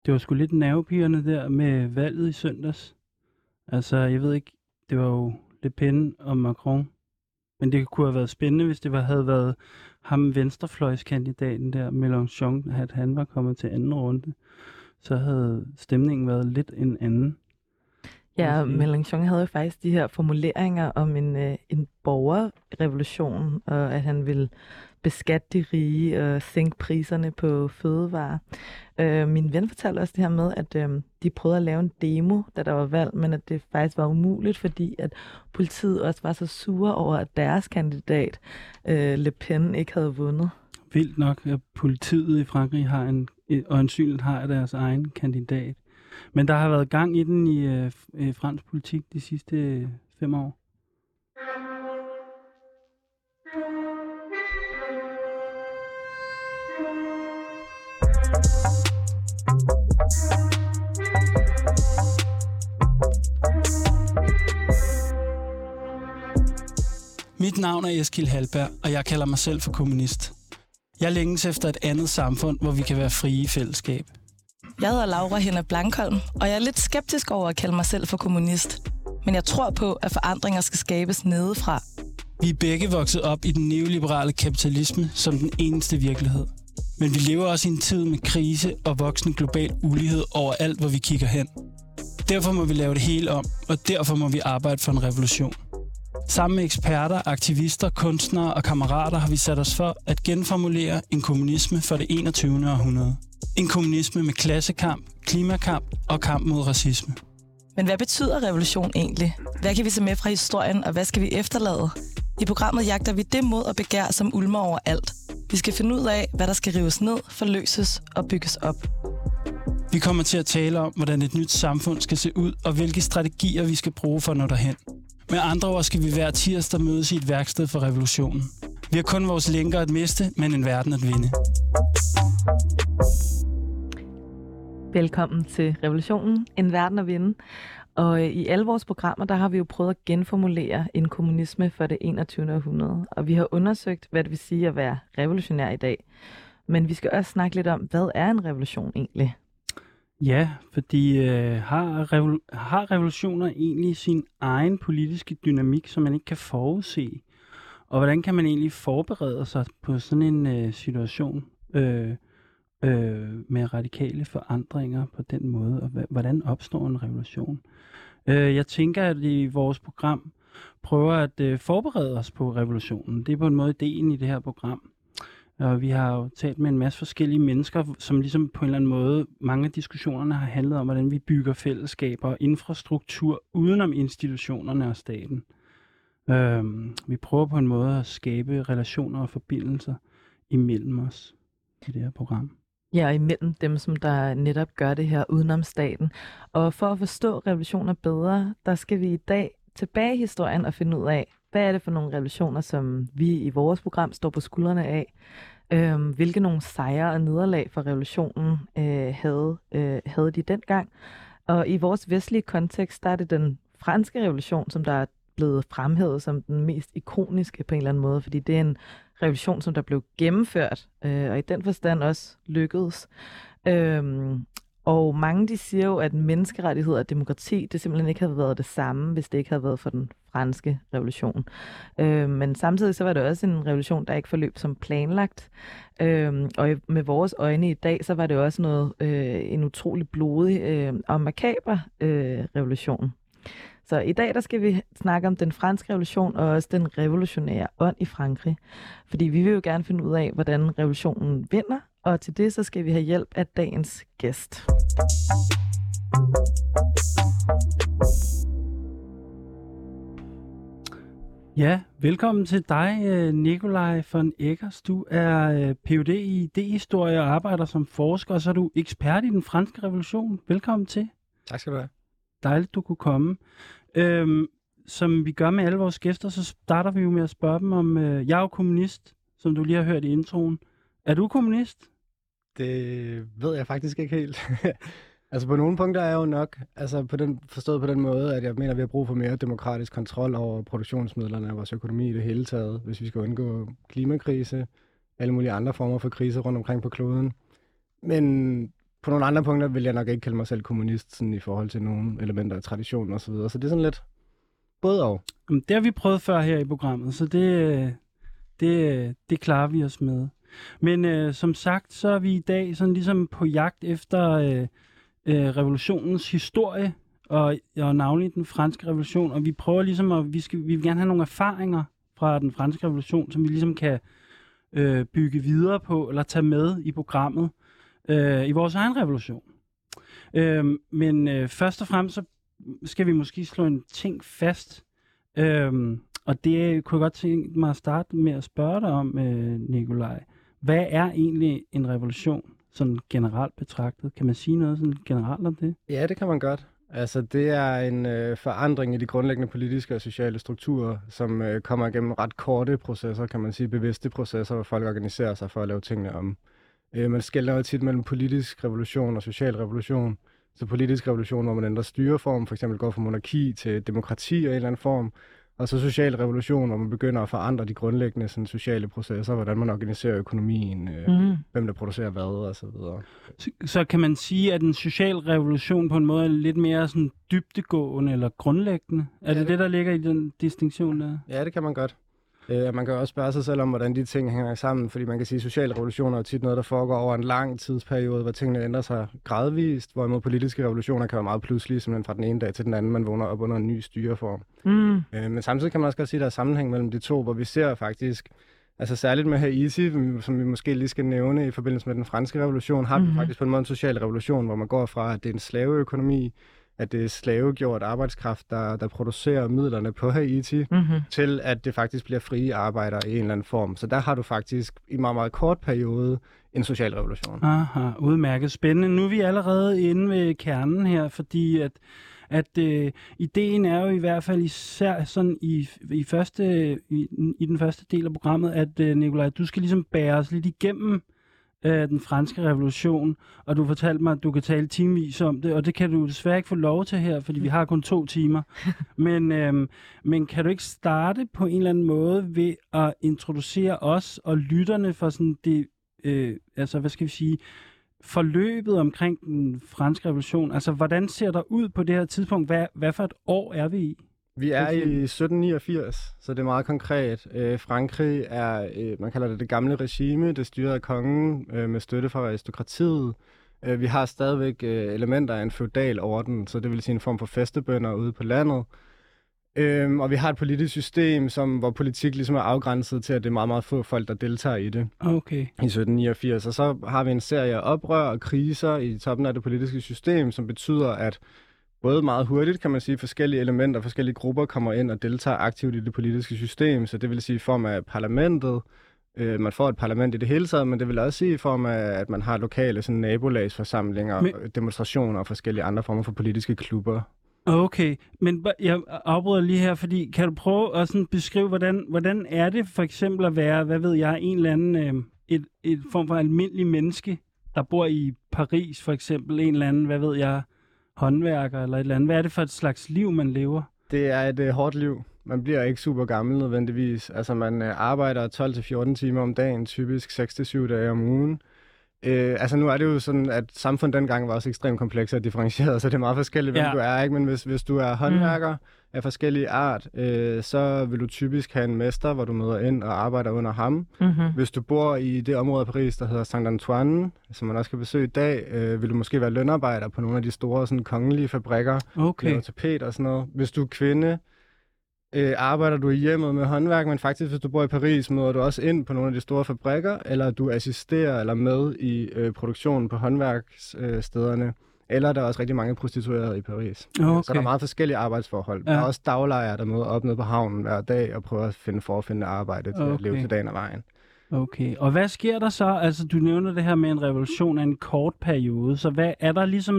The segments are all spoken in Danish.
Det var sgu lidt nervepirrende der med valget i søndags. Altså, jeg ved ikke, det var jo Le Pen og Macron. Men det kunne have været spændende, hvis det havde været ham venstrefløjskandidaten der, Mélenchon, at han var kommet til anden runde. Så havde stemningen været lidt en anden. Ja, Mélenchon havde jo faktisk de her formuleringer om en borgerrevolution, og at han ville beskatte de rige og sænke priserne på fødevarer. Min ven fortalte også det her med, at de prøvede at lave en demo, da der var valg, men at det faktisk var umuligt, fordi at politiet også var så sure over, at deres kandidat, Le Pen, ikke havde vundet. Vildt nok, at politiet i Frankrig har øjensynligt har deres egen kandidat. Men der har været gang i den i fransk politik de sidste 5 år. Mit navn er Eskil Halberg, og jeg kalder mig selv for kommunist. Jeg længes efter et andet samfund, hvor vi kan være frie i fællesskab. Jeg hedder Laura Henna Blankholm, og jeg er lidt skeptisk over at kalde mig selv for kommunist. Men jeg tror på, at forandringer skal skabes nedefra. Vi er begge vokset op i den neoliberale kapitalisme som den eneste virkelighed. Men vi lever også i en tid med krise og voksende global ulighed overalt, hvor vi kigger hen. Derfor må vi lave det hele om, og derfor må vi arbejde for en revolution. Sammen med eksperter, aktivister, kunstnere og kammerater har vi sat os for at genformulere en kommunisme for det 21. århundrede. En kommunisme med klassekamp, klimakamp og kamp mod racisme. Men hvad betyder revolution egentlig? Hvad kan vi se med fra historien, og hvad skal vi efterlade? I programmet jagter vi det mod og begær, som ulmer over alt. Vi skal finde ud af, hvad der skal rives ned, forløses og bygges op. Vi kommer til at tale om, hvordan et nyt samfund skal se ud, og hvilke strategier vi skal bruge for at nå derhen. Med andre ord skal vi hver tirsdag mødes i et værksted for revolutionen. Vi har kun vores lænker at miste, men en verden at vinde. Velkommen til Revolutionen, en verden at vinde. Og i alle vores programmer, der har vi jo prøvet at genformulere en kommunisme for det 21. århundrede. Og vi har undersøgt, hvad det vil sige at være revolutionær i dag. Men vi skal også snakke lidt om, hvad er en revolution egentlig? Ja, fordi har revolutioner egentlig sin egen politiske dynamik, som man ikke kan forudse? Og hvordan kan man egentlig forberede sig på sådan en situation med radikale forandringer på den måde? Og hvordan opstår en revolution? Jeg tænker, at i vores program prøver at forberede os på revolutionen. Det er på en måde ideen i det her program. Og vi har jo talt med en masse forskellige mennesker, som ligesom på en eller anden måde, mange af diskussionerne har handlet om, hvordan vi bygger fællesskaber og infrastruktur udenom institutionerne og staten. Vi prøver på en måde at skabe relationer og forbindelser imellem os i det her program. Ja, og imellem dem, som der netop gør det her udenom staten. Og for at forstå revolutioner bedre, der skal vi i dag tilbage i historien og finde ud af, hvad er det for nogle revolutioner, som vi i vores program står på skuldrene af? Hvilke nogle sejre og nederlag for revolutionen havde de dengang? Og i vores vestlige kontekst, der er det den franske revolution, som der er blevet fremhævet som den mest ikoniske på en eller anden måde, fordi det er en revolution, som der blev gennemført, og i den forstand også lykkedes. Og mange de siger jo, at menneskerettighed og demokrati, det simpelthen ikke havde været det samme, hvis det ikke havde været for den franske revolution. Men samtidig så var det også en revolution, der ikke forløb som planlagt. Og med vores øjne i dag, så var det også en utrolig blodig og makaber revolution. Så i dag der skal vi snakke om den franske revolution og også den revolutionære ånd i Frankrig. Fordi vi vil jo gerne finde ud af, hvordan revolutionen vinder, og til det så skal vi have hjælp af dagens gæst. Ja, velkommen til dig, Nikolaj von Eggers. Du er Ph.D. i idéhistorie og arbejder som forsker, og så er du ekspert i den franske revolution. Velkommen til. Tak skal du have. Dejligt, du kunne komme. Som vi gør med alle vores gæster, så starter vi jo med at spørge dem om, jeg er jo kommunist, som du lige har hørt i introen. Er du kommunist? Det ved jeg faktisk ikke helt. Altså på nogle punkter er jeg jo nok, forstået på den måde, at jeg mener, at vi har brug for mere demokratisk kontrol over produktionsmidlerne og vores økonomi i det hele taget, hvis vi skal undgå klimakrise, alle mulige andre former for kriser rundt omkring på kloden. Men på nogle andre punkter vil jeg nok ikke kalde mig selv kommunist, sådan i forhold til nogle elementer af traditionen og så videre. Så det er sådan lidt både og. Jamen, det har vi prøvet før her i programmet, så det klarer vi os med. Men som sagt, så er vi i dag sådan ligesom på jagt efter revolutionens historie, og navnlig den franske revolution, og vi prøver ligesom at, vi vil gerne have nogle erfaringer fra den franske revolution, som vi ligesom kan bygge videre på, eller tage med i programmet i vores egen revolution. Men først og fremmest, så skal vi måske slå en ting fast, og det kunne jeg godt tænke mig at starte med at spørge dig om, Nikolaj. Hvad er egentlig en revolution, sådan generelt betragtet? Kan man sige noget sådan generelt om det? Ja, det kan man godt. Altså, det er en forandring i de grundlæggende politiske og sociale strukturer, som kommer igennem ret korte processer, kan man sige, bevidste processer, hvor folk organiserer sig for at lave tingene om. Man skelner jo tit mellem politisk revolution og social revolution. Så politisk revolution, hvor man ændrer styreform, for eksempel går fra monarki til demokrati af en eller anden form. Og så social revolution, hvor man begynder at forandre de grundlæggende sådan, sociale processer, hvordan man organiserer økonomien, hvem der producerer hvad og så videre. Så kan man sige, at en social revolution på en måde er lidt mere sådan dybdegående eller grundlæggende? Er det det, der ligger i den distinktion der? Ja, det kan man godt. Man kan også spørge sig selv om, hvordan de ting hænger sammen, fordi man kan sige, at sociale revolutioner er tit noget, der foregår over en lang tidsperiode, hvor tingene ændrer sig gradvist, hvorimod politiske revolutioner kan være meget pludselige, simpelthen fra den ene dag til den anden, man vågner op under en ny styreform. Men samtidig kan man også godt sige, at der er sammenhæng mellem de to, hvor vi ser faktisk, altså særligt med Haiti, som vi måske lige skal nævne i forbindelse med den franske revolution, har vi faktisk på en måde en social revolution, hvor man går fra, at det er en slaveøkonomi, at det er slavegjort arbejdskraft, der producerer midlerne på Haiti, til at det faktisk bliver frie arbejdere i en eller anden form. Så der har du faktisk i en meget, meget kort periode en social revolution. Aha, udmærket. Spændende. Nu er vi allerede inde ved kernen her, fordi at ideen er jo i hvert fald især sådan i den første del af programmet, at Nikolaj, du skal ligesom bære os lidt igennem den franske revolution, og du fortalte mig, at du kan tale timevis om det, og det kan du desværre ikke få lov til her, fordi vi har kun 2 timer. Men kan du ikke starte på en eller anden måde ved at introducere os og lytterne for sådan det, altså hvad skal vi sige, forløbet omkring den franske revolution? Altså, hvordan ser der ud på det her tidspunkt? Hvad for et år er vi i? Vi er i 1789, så det er meget konkret. Frankrig er, man kalder det gamle regime, det er styret af kongen med støtte fra aristokratiet. Vi har stadigvæk elementer af en feudal orden, så det vil sige en form for fæstebønder ude på landet. Og vi har et politisk system, hvor politik ligesom er afgrænset til, at det er meget, meget få folk, der deltager i det. Okay. I 1789. Og så har vi en serie af oprør og kriser i toppen af det politiske system, som betyder, at både meget hurtigt, kan man sige, forskellige elementer, forskellige grupper kommer ind og deltager aktivt i det politiske system. Så det vil sige i form af parlamentet. Man får et parlament i det hele taget, men det vil også sige i form af, at man har lokale sådan, nabolagsforsamlinger, demonstrationer og forskellige andre former for politiske klubber. Okay, men jeg afbryder lige her, fordi kan du prøve at sådan beskrive, hvordan er det for eksempel at være, hvad ved jeg, en eller anden et form for almindelig menneske, der bor i Paris for eksempel, en eller anden, hvad ved jeg, håndværker eller et eller andet. Hvad er det for et slags liv, man lever? Det er et hårdt liv. Man bliver ikke super gammel nødvendigvis. Altså man arbejder 12-14 timer om dagen, typisk 6-7 dage om ugen. Altså nu er det jo sådan, at samfundet dengang var også ekstremt komplekst og differentieret, så det er meget forskelligt, hvem du er, ikke? Men hvis du er håndværker af forskellige art, så vil du typisk have en mester, hvor du møder ind og arbejder under ham. Hvis du bor i det område af Paris, der hedder Saint-Antoine, som man også kan besøge i dag, vil du måske være lønarbejder på nogle af de store sådan, kongelige fabrikker, laver tapet og sådan noget. Hvis du er kvinde, arbejder du i hjemmet med håndværk, men faktisk, hvis du bor i Paris, møder du også ind på nogle af de store fabrikker, eller du assisterer eller med i produktionen på håndværksstederne, eller der er også rigtig mange prostituerede i Paris. Så der er meget forskellige arbejdsforhold. Der er også daglejere, der møder op nede på havnen hver dag og prøver at finde arbejde til at leve til dagen og vejen. Okay, og hvad sker der så? Altså, du nævner det her med en revolution af en kort periode, så er der ligesom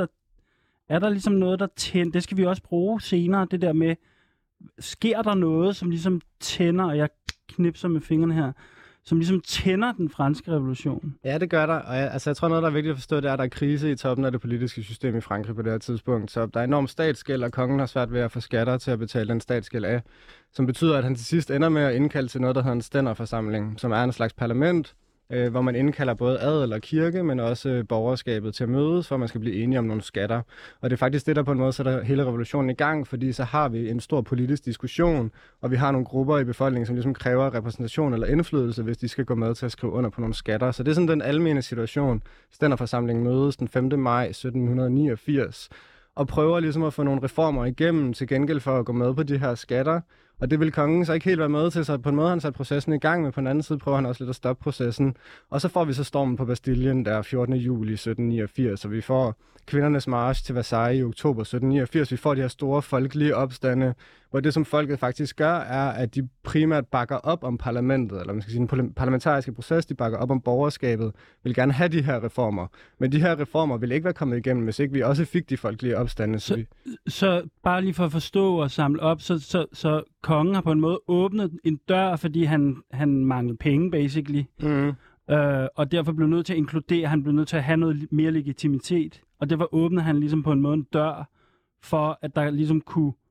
noget, der tænder? Det skal vi også bruge senere, det der med, sker der noget, som ligesom tænder, og jeg knipser med fingrene her, som ligesom tænder den franske revolution? Ja, det gør der. Og jeg tror noget, der er vigtigt at forstå, det er, at der er krise i toppen af det politiske system i Frankrig på det her tidspunkt. Så der er enorm statsgæld, og kongen har svært ved at få skatter til at betale den statsgæld af, som betyder, at han til sidst ender med at indkalde til noget, der hedder en stænderforsamling, som er en slags parlament, hvor man indkalder både adel og kirke, men også borgerskabet til at mødes, for man skal blive enige om nogle skatter. Og det er faktisk det, der på en måde sætter hele revolutionen i gang, fordi så har vi en stor politisk diskussion, og vi har nogle grupper i befolkningen, som ligesom kræver repræsentation eller indflydelse, hvis de skal gå med til at skrive under på nogle skatter. Så det er sådan den almene situation. Stænderforsamlingen mødes den 5. maj 1789, og prøver ligesom at få nogle reformer igennem til gengæld for at gå med på de her skatter. Og det vil kongen så ikke helt være med til, så på en måde har han sat processen i gang, men på den anden side prøver han også lidt at stoppe processen. Og så får vi så stormen på Bastillen der 14. juli 1789, og vi får kvindernes march til Versailles i oktober 1789. Vi får de her store folkelige opstande, hvor det, som folket faktisk gør, er, at de primært bakker op om parlamentet, eller man skal sige den parlamentariske proces, de bakker op om borgerskabet, vil gerne have de her reformer. Men de her reformer vil ikke være kommet igennem, hvis ikke vi også fik de folkelige opstande. Så bare lige for at forstå og samle op, så kongen har på en måde åbnet en dør, fordi han manglede penge, basically. Mm. Og derfor blev nødt til at inkludere, han blev nødt til at have noget mere legitimitet. Og derfor åbnede han ligesom på en måde en dør, for at der ligesom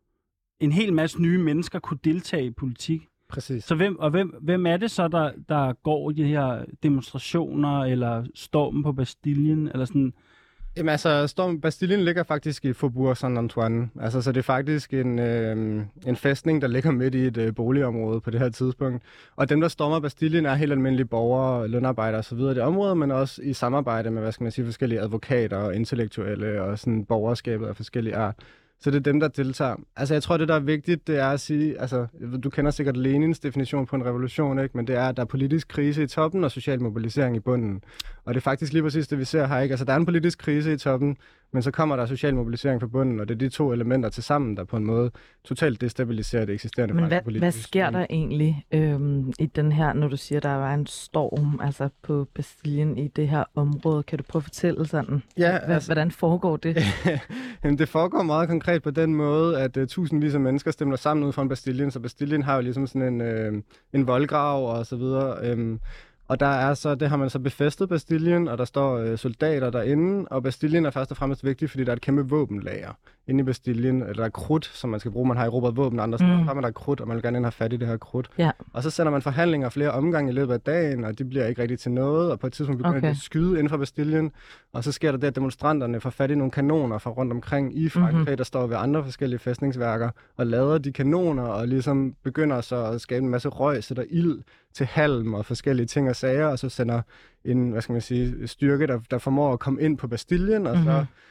en hel masse nye mennesker kunne deltage i politik. Præcis. Så hvem er det så, der går i de her demonstrationer, eller stormen på Bastillen, eller sådan? Jamen altså, Bastillen ligger faktisk i Faubourg Saint-Antoine. Altså, så det er faktisk en fæstning, der ligger midt i et boligområde på det her tidspunkt. Og dem, der stormer Bastillen, er helt almindelige borgere, lønarbejdere osv. i det område, men også i samarbejde med, forskellige advokater og intellektuelle og sådan borgerskabet af forskellige art. Så det er dem, der deltager. Altså, jeg tror, det der er vigtigt, det er at sige, altså, du kender sikkert Lenins definition på en revolution, ikke? Men det er, at der er politisk krise i toppen og social mobilisering i bunden. Og det er faktisk lige præcis det, vi ser her, ikke? Altså, der er en politisk krise i toppen, men så kommer der social mobilisering på bunden, og det er de to elementer til sammen, der på en måde totalt destabiliserer det eksisterende franske politiske. Hvad sker der egentlig i den her, når du siger, der var en storm altså på Bastillen i det her område? Kan du prøve at fortælle sådan? Ja, hvordan foregår det? Jamen, det foregår meget konkret på den måde, at tusindvis af mennesker stemmer sammen ud fra en Bastillen, så Bastillen har jo ligesom sådan en voldgrav og så videre. Og der er så, det har man så befæstet Bastillen, og der står soldater derinde, og Bastillen er først og fremmest vigtig, fordi der er et kæmpe våbenlager inde i Bastillen, eller der er krudt, som man skal bruge. Man har erobret våben andre steder, der er der krudt, og man vil gerne have fat i det her krudt. Ja. Og så sender man forhandlinger flere omgange i løbet af dagen, og de bliver ikke rigtig til noget, og på et tidspunkt begynder de at skyde inden for Bastillen, og så sker der det, at demonstranterne får fat i nogle kanoner fra rundt omkring i Frankrig, der står ved andre forskellige fæstningsværker, og lader de kanoner, og ligesom begynder så at skabe en masse røg, sætter ild til halm og forskellige ting og sager, og så sender en, styrke, der formår at komme ind på Bastillen, og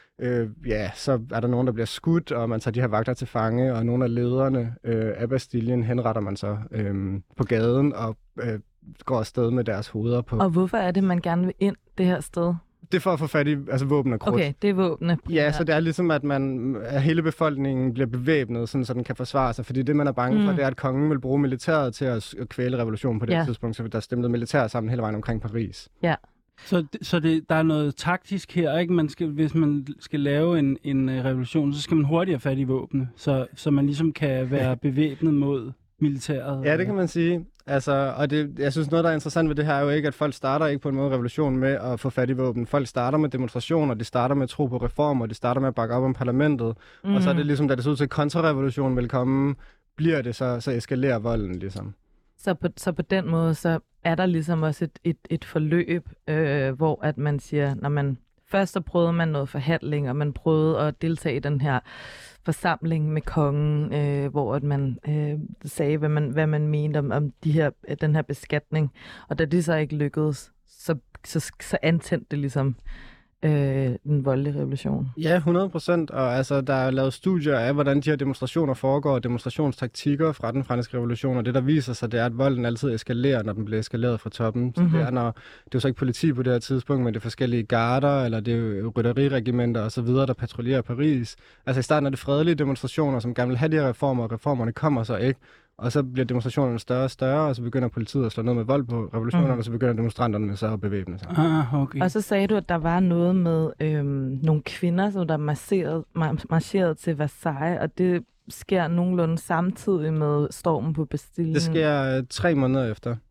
så er der nogen, der bliver skudt, og man tager de her vagter til fange, og nogle af lederne af Bastillen henretter man så på gaden og går afsted med deres hoveder på. Og hvorfor er det, man gerne vil ind det her sted? Det er for at få fat i våben og krudt. Okay, det er våbne. Ja, så det er ligesom, at hele befolkningen bliver bevæbnet, sådan, så den kan forsvare sig. Fordi det, man er bange for, det er, at kongen vil bruge militæret til at kvæle revolutionen på det tidspunkt, så der stemte militær sammen hele vejen omkring Paris. Ja. Så der er noget taktisk her, ikke? Hvis man skal lave en revolution, så skal man hurtigt have fat i våbne, så man ligesom kan være bevæbnet mod militæret. Ja, det kan man sige. Altså, og jeg synes, noget, der er interessant ved det her, er jo ikke, at folk starter ikke på en måde revolution med at få fat i våben. Folk starter med demonstrationer, de starter med at tro på reformer, de starter med at bakke op om parlamentet. Og så er det ligesom, da det ser ud til, at kontrarevolutionen vil komme, bliver det så eskalerer volden ligesom. Så på den måde, så er der ligesom også et forløb, hvor at man siger, når man først så prøvede man noget forhandling, og man prøvede at deltage i den her forsamling med kongen, hvor at man sagde, hvad man mente om den her beskatning. Og da det så ikke lykkedes, så antændte det ligesom den voldelige revolution. Ja, 100%. Og altså, der er lavet studier af, hvordan de her demonstrationer foregår, og demonstrationstaktikker fra den franske revolution, og det, der viser sig, det er, at volden altid eskalerer, når den bliver eskaleret fra toppen. Så det er jo så ikke politi på det her tidspunkt, men det er forskellige garder, eller det er rytteriregimenter og så videre, der patruljerer Paris. Altså i starten er det fredelige demonstrationer, som gerne vil have de her reformer, og reformerne kommer så ikke. Og så bliver demonstrationerne større og større, og så begynder politiet at slå noget med vold på revolutionerne, og så begynder demonstranterne så at bevæbne sig. Okay. Og så sagde du, at der var noget med nogle kvinder, som der marcherede til Versailles, og det sker nogenlunde samtidig med stormen på Bastillen. Det sker 3 måneder efter.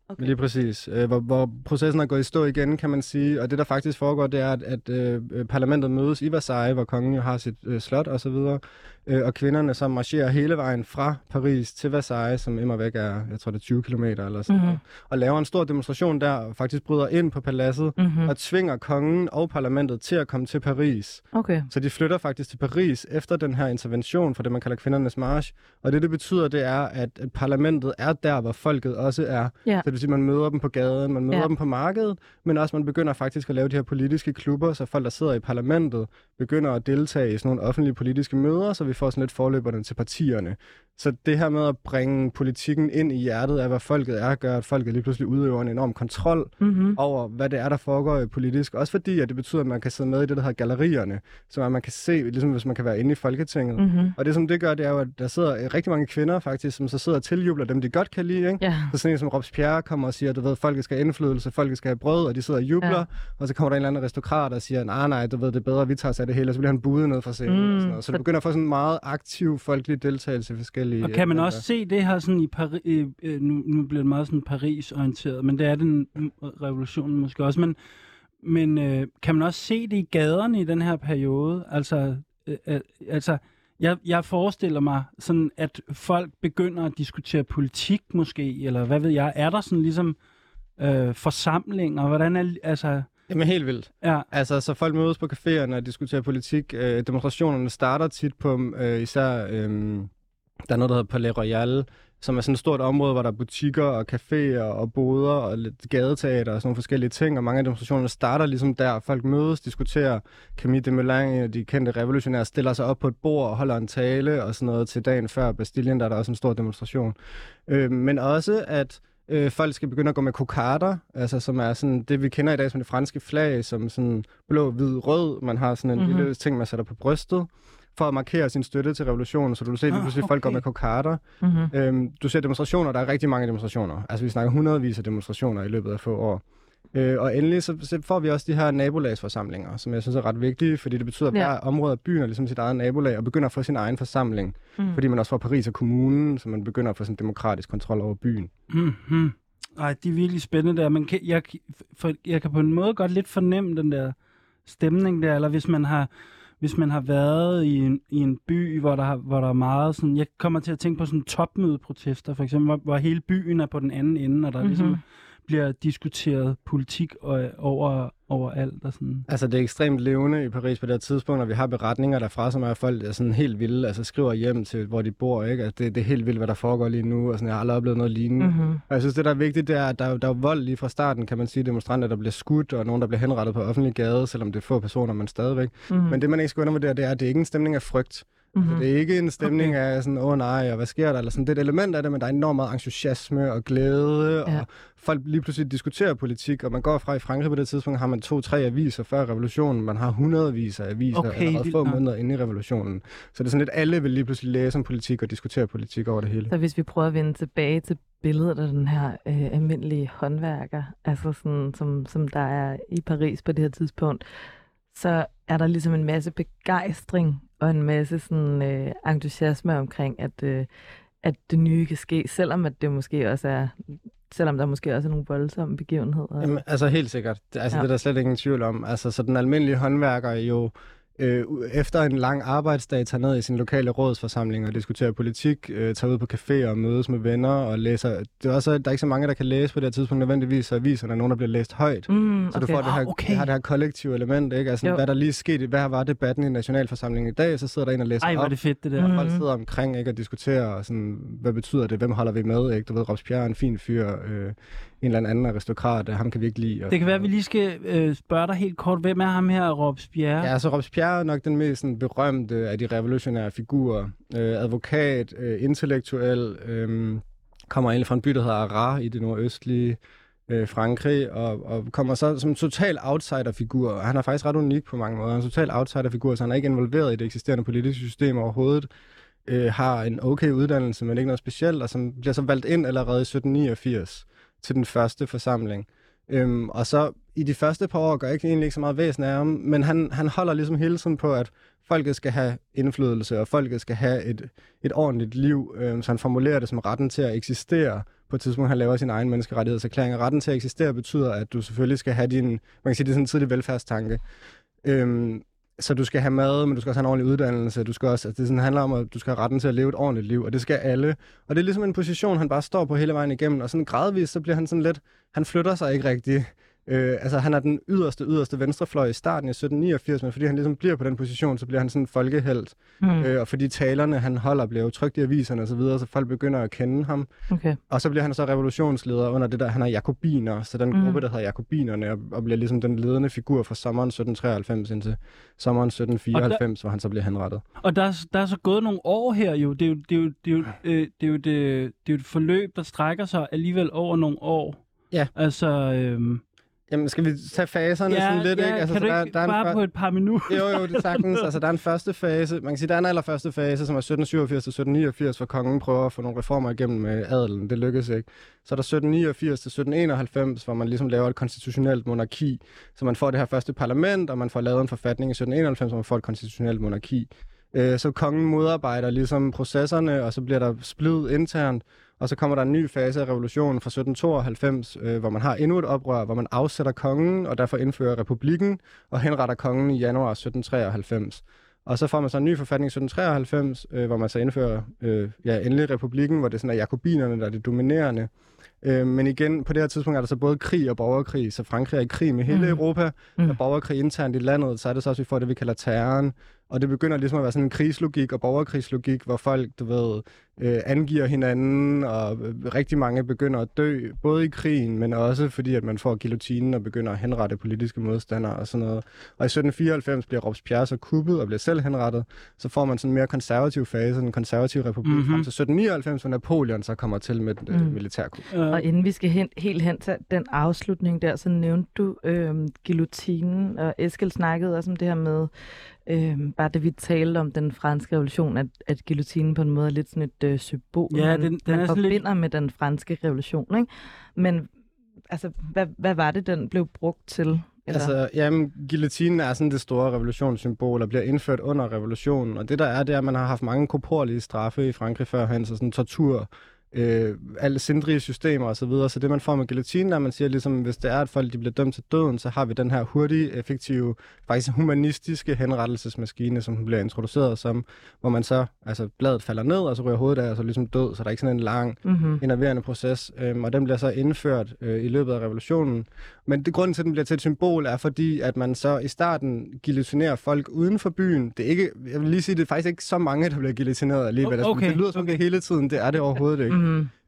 Okay. Lige præcis. Hvor processen er gået i stå igen, kan man sige. Og det, der faktisk foregår, det er, at parlamentet mødes i Versailles, hvor kongen jo har sit slot osv., og kvinderne så marcherer hele vejen fra Paris til Versailles, som immer væk er, jeg tror det er 20 kilometer eller sådan noget, og laver en stor demonstration der, og faktisk bryder ind på paladset, og tvinger kongen og parlamentet til at komme til Paris. Okay. Så de flytter faktisk til Paris efter den her intervention for det, man kalder kvindernes march. Og det betyder, det er, at parlamentet er der, hvor folket også er. Ja. Så det vil sige, man møder dem på gaden, man møder dem på markedet, men også man begynder faktisk at lave de her politiske klubber, så folk, der sidder i parlamentet, begynder at deltage i sådan nogle offentlige politiske møder, så vi får sådan lidt forløberne til partierne. Så det her med at bringe politikken ind i hjertet af, hvad folket er, gør, at folket lige pludselig udøver en enorm kontrol over, hvad det er, der foregår politisk. Også fordi, at det betyder, at man kan sidde med i det, der hedder gallerierne, så man kan se, ligesom hvis man kan være inde i Folketinget. Og det, som det gør, det er jo, at der sidder rigtig mange kvinder faktisk, som så sidder og tiljubler dem, de godt kan lide. Ikke? Så sådan en som Robespierre kommer og siger, du ved, folket skal have indflydelse, folket skal have brød, og de sidder og jubler, og så kommer der en eller anden aristokrat og siger, nej, du ved, det er bedre, vi tager sig af det hele, og så bliver han budet ned fra scenen. Og sådan noget. Så du begynder at få sådan en meget aktiv folkelig deltagelse i forskellige... Og kan man også se det her sådan i Paris, nu bliver det meget sådan Paris-orienteret, men det er den revolutionen måske også, men kan man også se det i gaderne i den her periode? Altså jeg forestiller mig sådan, at folk begynder at diskutere politik måske, eller hvad ved jeg, er der sådan ligesom forsamlinger, hvordan er, altså... Jamen helt vildt. Ja. Altså, så folk mødes på caféerne og diskuterer politik. Demonstrationerne starter tit på især... Der er noget, der hedder Palais Royal, som er sådan et stort område, hvor der er butikker og caféer og boder og lidt gadeteater og sådan nogle forskellige ting. Og mange af demonstrationerne starter ligesom der. Folk mødes, diskuterer. Camille Desmoulins, de kendte revolutionære, stiller sig op på et bord og holder en tale og sådan noget til dagen før Bastillen, der er der også en stor demonstration. Men også, at folk skal begynde at gå med kokarder, altså som er sådan det, vi kender i dag som det franske flag, som sådan blå, hvid, rød. Man har sådan en lille ting, man sætter på brystet, for at markere sin støtte til revolutionen, så du ser lige pludselig folk går med kokarder. Du ser demonstrationer, der er rigtig mange demonstrationer. Altså vi snakker hundredvis af demonstrationer i løbet af få år. Og endelig så får vi også de her nabolagsforsamlinger, som jeg synes er ret vigtige, fordi det betyder, at hver område af byen er ligesom sit eget nabolag, og begynder at få sin egen forsamling. Fordi man også får Paris og kommunen, så man begynder at få sådan demokratisk kontrol over byen. Ej, det er virkelig spændende der. Men jeg kan på en måde godt lidt fornemme den der stemning der, eller hvis man har været i en by, hvor der er meget sådan... Jeg kommer til at tænke på sådan topmødeprotester, for eksempel, hvor hele byen er på den anden ende, og der ligesom bliver diskuteret politik overalt og sådan. Altså det er ekstremt levende i Paris på det her tidspunkt, og vi har beretninger derfra, som er folk er sådan helt vilde, altså skriver hjem til, hvor de bor, ikke? Altså det er helt vildt, hvad der foregår lige nu, og sådan, jeg har aldrig oplevet noget lignende. Og jeg synes, det der er vigtigt, det er, at der er vold lige fra starten, kan man sige, demonstranter, der bliver skudt, og nogen, der bliver henrettet på offentlig gade, selvom det er få personer, man stadigvæk. Men det, man ikke skal undervurdere, det er, at det er ikke en stemning af frygt. Altså, det er ikke en stemning af sådan, nej, og hvad sker der? Eller sådan. Det er et element af det, men der er enormt meget entusiasme og glæde, og folk lige pludselig diskuterer politik, og man går fra i Frankrig på det tidspunkt, har man 2-3 aviser før revolutionen, man har hundredvis af aviser allerede få måneder inde i revolutionen. Så det er sådan lidt, alle vil lige pludselig læse om politik og diskutere politik over det hele. Så hvis vi prøver at vende tilbage til billedet af den her almindelige håndværker, altså sådan, som der er i Paris på det her tidspunkt, så er der ligesom en masse begejstring og en masse sådan, entusiasme omkring, at det nye kan ske, selvom der måske også er nogle voldsomme begivenheder. Jamen, altså helt sikkert. Det er der slet ingen tvivl om. Altså, så den almindelige håndværker jo efter en lang arbejdsdag tager ned i sin lokale rådsforsamling og diskuterer politik, tager ud på caféer og mødes med venner og læser. Det er også, der er ikke så mange, der kan læse på det her tidspunkt nødvendigvis, så aviserne er nogen, der bliver læst højt. Så du får det her kollektive element, ikke? Altså, hvad der lige skete, hvad var debatten i nationalforsamlingen i dag, så sidder der en og læser op. Ej, var det fedt, det der. Og folk sidder omkring, ikke, og diskuterer, og sådan, hvad betyder det, hvem holder vi med, ikke? Du ved, Robespierre er en fin fyr, en eller anden aristokrat, ham kan vi ikke lide. Det kan være, at vi lige skal spørge dig helt kort, hvem er ham her, Robespierre? Ja, så Robespierre er nok den mest sådan, berømte af de revolutionære figurer. Advokat, intellektuel, kommer egentlig fra en by, der hedder Arras i det nordøstlige Frankrig, og kommer så som total outsider-figur. Han er faktisk ret unik på mange måder. Han er en total outsider-figur, så han er ikke involveret i det eksisterende politiske system overhovedet. Har en okay uddannelse, men ikke noget specielt, og som bliver så valgt ind allerede i 1789 til den første forsamling. Og så i de første par år gør jeg egentlig ikke så meget væsen af ham, men han holder ligesom hele tiden på, at folket skal have indflydelse, og folket skal have et ordentligt liv, så han formulerer det som retten til at eksistere på et tidspunkt, han laver sin egen menneskerettighedserklæring. Retten til at eksistere betyder, at du selvfølgelig skal have man kan sige, det er sådan en tidlig velfærdstanke. Så du skal have mad, men du skal også have en ordentlig uddannelse. Du skal også, altså det sådan handler om, at du skal have retten til at leve et ordentligt liv, og det skal alle. Og det er ligesom en position, han bare står på hele vejen igennem, og sådan gradvist, så bliver han sådan lidt, han flytter sig ikke rigtigt. Altså han er den yderste venstrefløj i starten i 1789, men fordi han ligesom bliver på den position, så bliver han sådan en folkehelt. Og fordi talerne, han holder, bliver jo trykt i aviserne og så videre, så folk begynder at kende ham. Okay. Og så bliver han så revolutionsleder under det der, han er jakobiner, så den gruppe, der hedder jakobinerne, og bliver ligesom den ledende figur fra sommeren 1793 indtil sommeren 1794, hvor han så bliver henrettet. Og der er så gået nogle år her jo. Det er jo et forløb, der strækker sig alligevel over nogle år. Ja. Altså... Jamen, skal vi tage faserne sådan lidt, ikke? Altså, kan du ikke bare på et par minutter? Jo, det er sagtens. Altså, der er en første fase, man kan sige, der er en allerførste fase, som er 1787 til 1789, hvor kongen prøver at få nogle reformer igennem med adelen. Det lykkes ikke. Så er der 1789 til 1791, hvor man ligesom laver et konstitutionelt monarki, så man får det her første parlament, og man får lavet en forfatning i 1791, hvor man får et konstitutionelt monarki. Så kongen modarbejder ligesom processerne, og så bliver der splid internt. Og så kommer der en ny fase af revolutionen fra 1792, hvor man har endnu et oprør, hvor man afsætter kongen, og derfor indfører republikken, og henretter kongen i januar 1793. Og så får man så en ny forfatning i 1793, hvor man så indfører endelig republikken, hvor det sådan er jakobinerne, der er det dominerende. Men igen, på det her tidspunkt er der så både krig og borgerkrig, så Frankrig er i krig med hele Europa, og borgerkrig internt i landet, så er det så også, vi får det, vi kalder terroren. Og det begynder ligesom at være sådan en krigslogik og borgerkrigslogik, hvor folk, angiver hinanden, og rigtig mange begynder at dø, både i krigen, men også fordi, at man får guillotinen og begynder at henrette politiske modstandere og sådan noget. Og i 1794 bliver Robespierre så kuppet og bliver selv henrettet. Så får man sådan en mere konservativ fase, en konservativ republik, frem til 1799, hvor Napoleon så kommer til med et militærkup. Og inden vi skal helt hen til den afslutning der, så nævnte du guillotinen, og Eskild snakkede også om det her med, bare det vi talte om den franske revolution, at guillotinen på en måde er lidt sådan et symbol, den man forbinder med den franske revolution, ikke? Men altså, hvad var det, den blev brugt til? Eller? Altså, jamen, guillotinen er sådan det store revolutionssymbol, og bliver indført under revolutionen, og det der er, det er, at man har haft mange korporlige straffe i Frankrig førhen, så sådan tortur, alle sindrige systemer og så videre. Så det man får med guillotinen er, at man siger ligesom, hvis det er, at folk de bliver dømt til døden, så har vi den her hurtige, effektive, faktisk humanistiske henrettelsesmaskine, som den bliver introduceret som, hvor man så, altså bladet falder ned, og så ryger hovedet af, og så ligesom død, så der er ikke sådan en lang, enerverende proces. Og den bliver så indført i løbet af revolutionen. Men det grunden til, at den bliver til et symbol, er fordi, at man så i starten guillotinerer folk uden for byen. Det er ikke, jeg vil lige sige, det er faktisk ikke så mange, der bliver guillotineret alligevel. Okay. Det lyder som det hele tiden, det er det overhovedet ikke.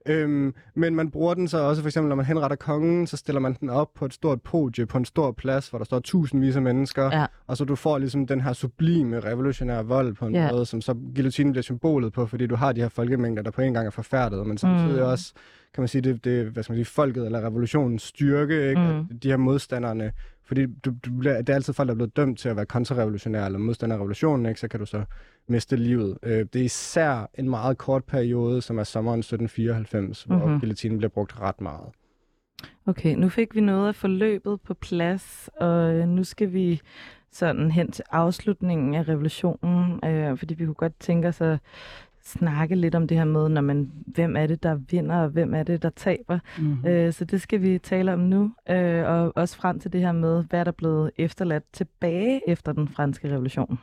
Men man bruger den så også, for eksempel når man henretter kongen, så stiller man den op på et stort podie på en stor plads, hvor der står tusindvis af mennesker, og så du får ligesom den her sublime revolutionære vold på en måde, som så guillotinen bliver symbolet på, fordi du har de her folkemængder, der på en gang er forfærdet, men samtidig også, kan man sige, det hvad skal man sige, folket eller revolutionens styrke, ikke? De her modstanderne, fordi det er altid folk, der er blevet dømt til at være kontrarevolutionære eller modstander af revolutionen, ikke? Så kan du så miste livet. Det er især en meget kort periode, som er sommeren 1794, hvor guillotinen bliver brugt ret meget. Okay, nu fik vi noget af forløbet på plads, og nu skal vi sådan hen til afslutningen af revolutionen, fordi vi kunne godt tænke os at snakke lidt om det her med, hvem er det, der vinder, og hvem er det, der taber. Så det skal vi tale om nu, og også frem til det her med, hvad der er blevet efterladt tilbage efter den franske revolution.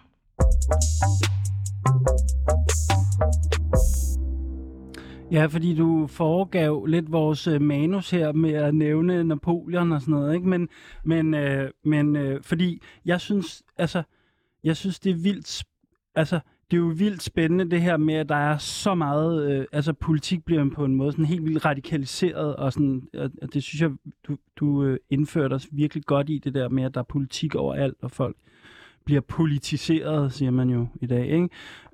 Ja, fordi du foregav lidt vores manus her med at nævne Napoleon og sådan noget, ikke? Men fordi jeg synes det er vildt, det er jo vildt spændende det her med, at der er så meget, politik bliver på en måde sådan helt vildt radikaliseret, og sådan, og det synes jeg, du indførte os virkelig godt i det der med, at der er politik overalt, og folk bliver politiseret, siger man jo i dag, ikke?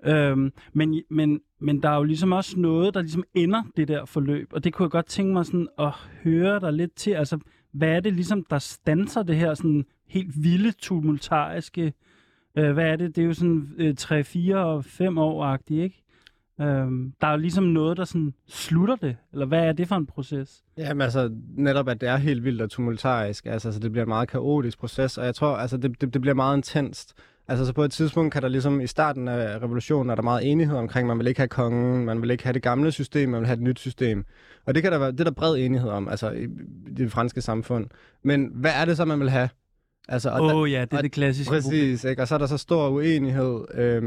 Men der er jo ligesom også noget, der ligesom ender det der forløb, og det kunne jeg godt tænke mig sådan at høre dig lidt til, altså hvad er det ligesom, der standser det her sådan helt vilde, tumultariske, hvad er det? Det er jo sådan 3, 4 og 5 år-agtigt, ikke? Der er jo ligesom noget, der sådan slutter det, eller hvad er det for en proces? Jamen altså, netop at det er helt vildt og tumultarisk, altså så det bliver en meget kaotisk proces, og jeg tror, altså det bliver meget intenst. Altså så på et tidspunkt kan der ligesom i starten af revolutionen er der meget enighed omkring, man vil ikke have kongen, man vil ikke have det gamle system, man vil have et nyt system. Og det kan der være, det er der bred enighed om, altså i det franske samfund. Men hvad er det så, man vil have? Altså, ja, det er det klassiske præcis, ikke? Og så er der så stor uenighed.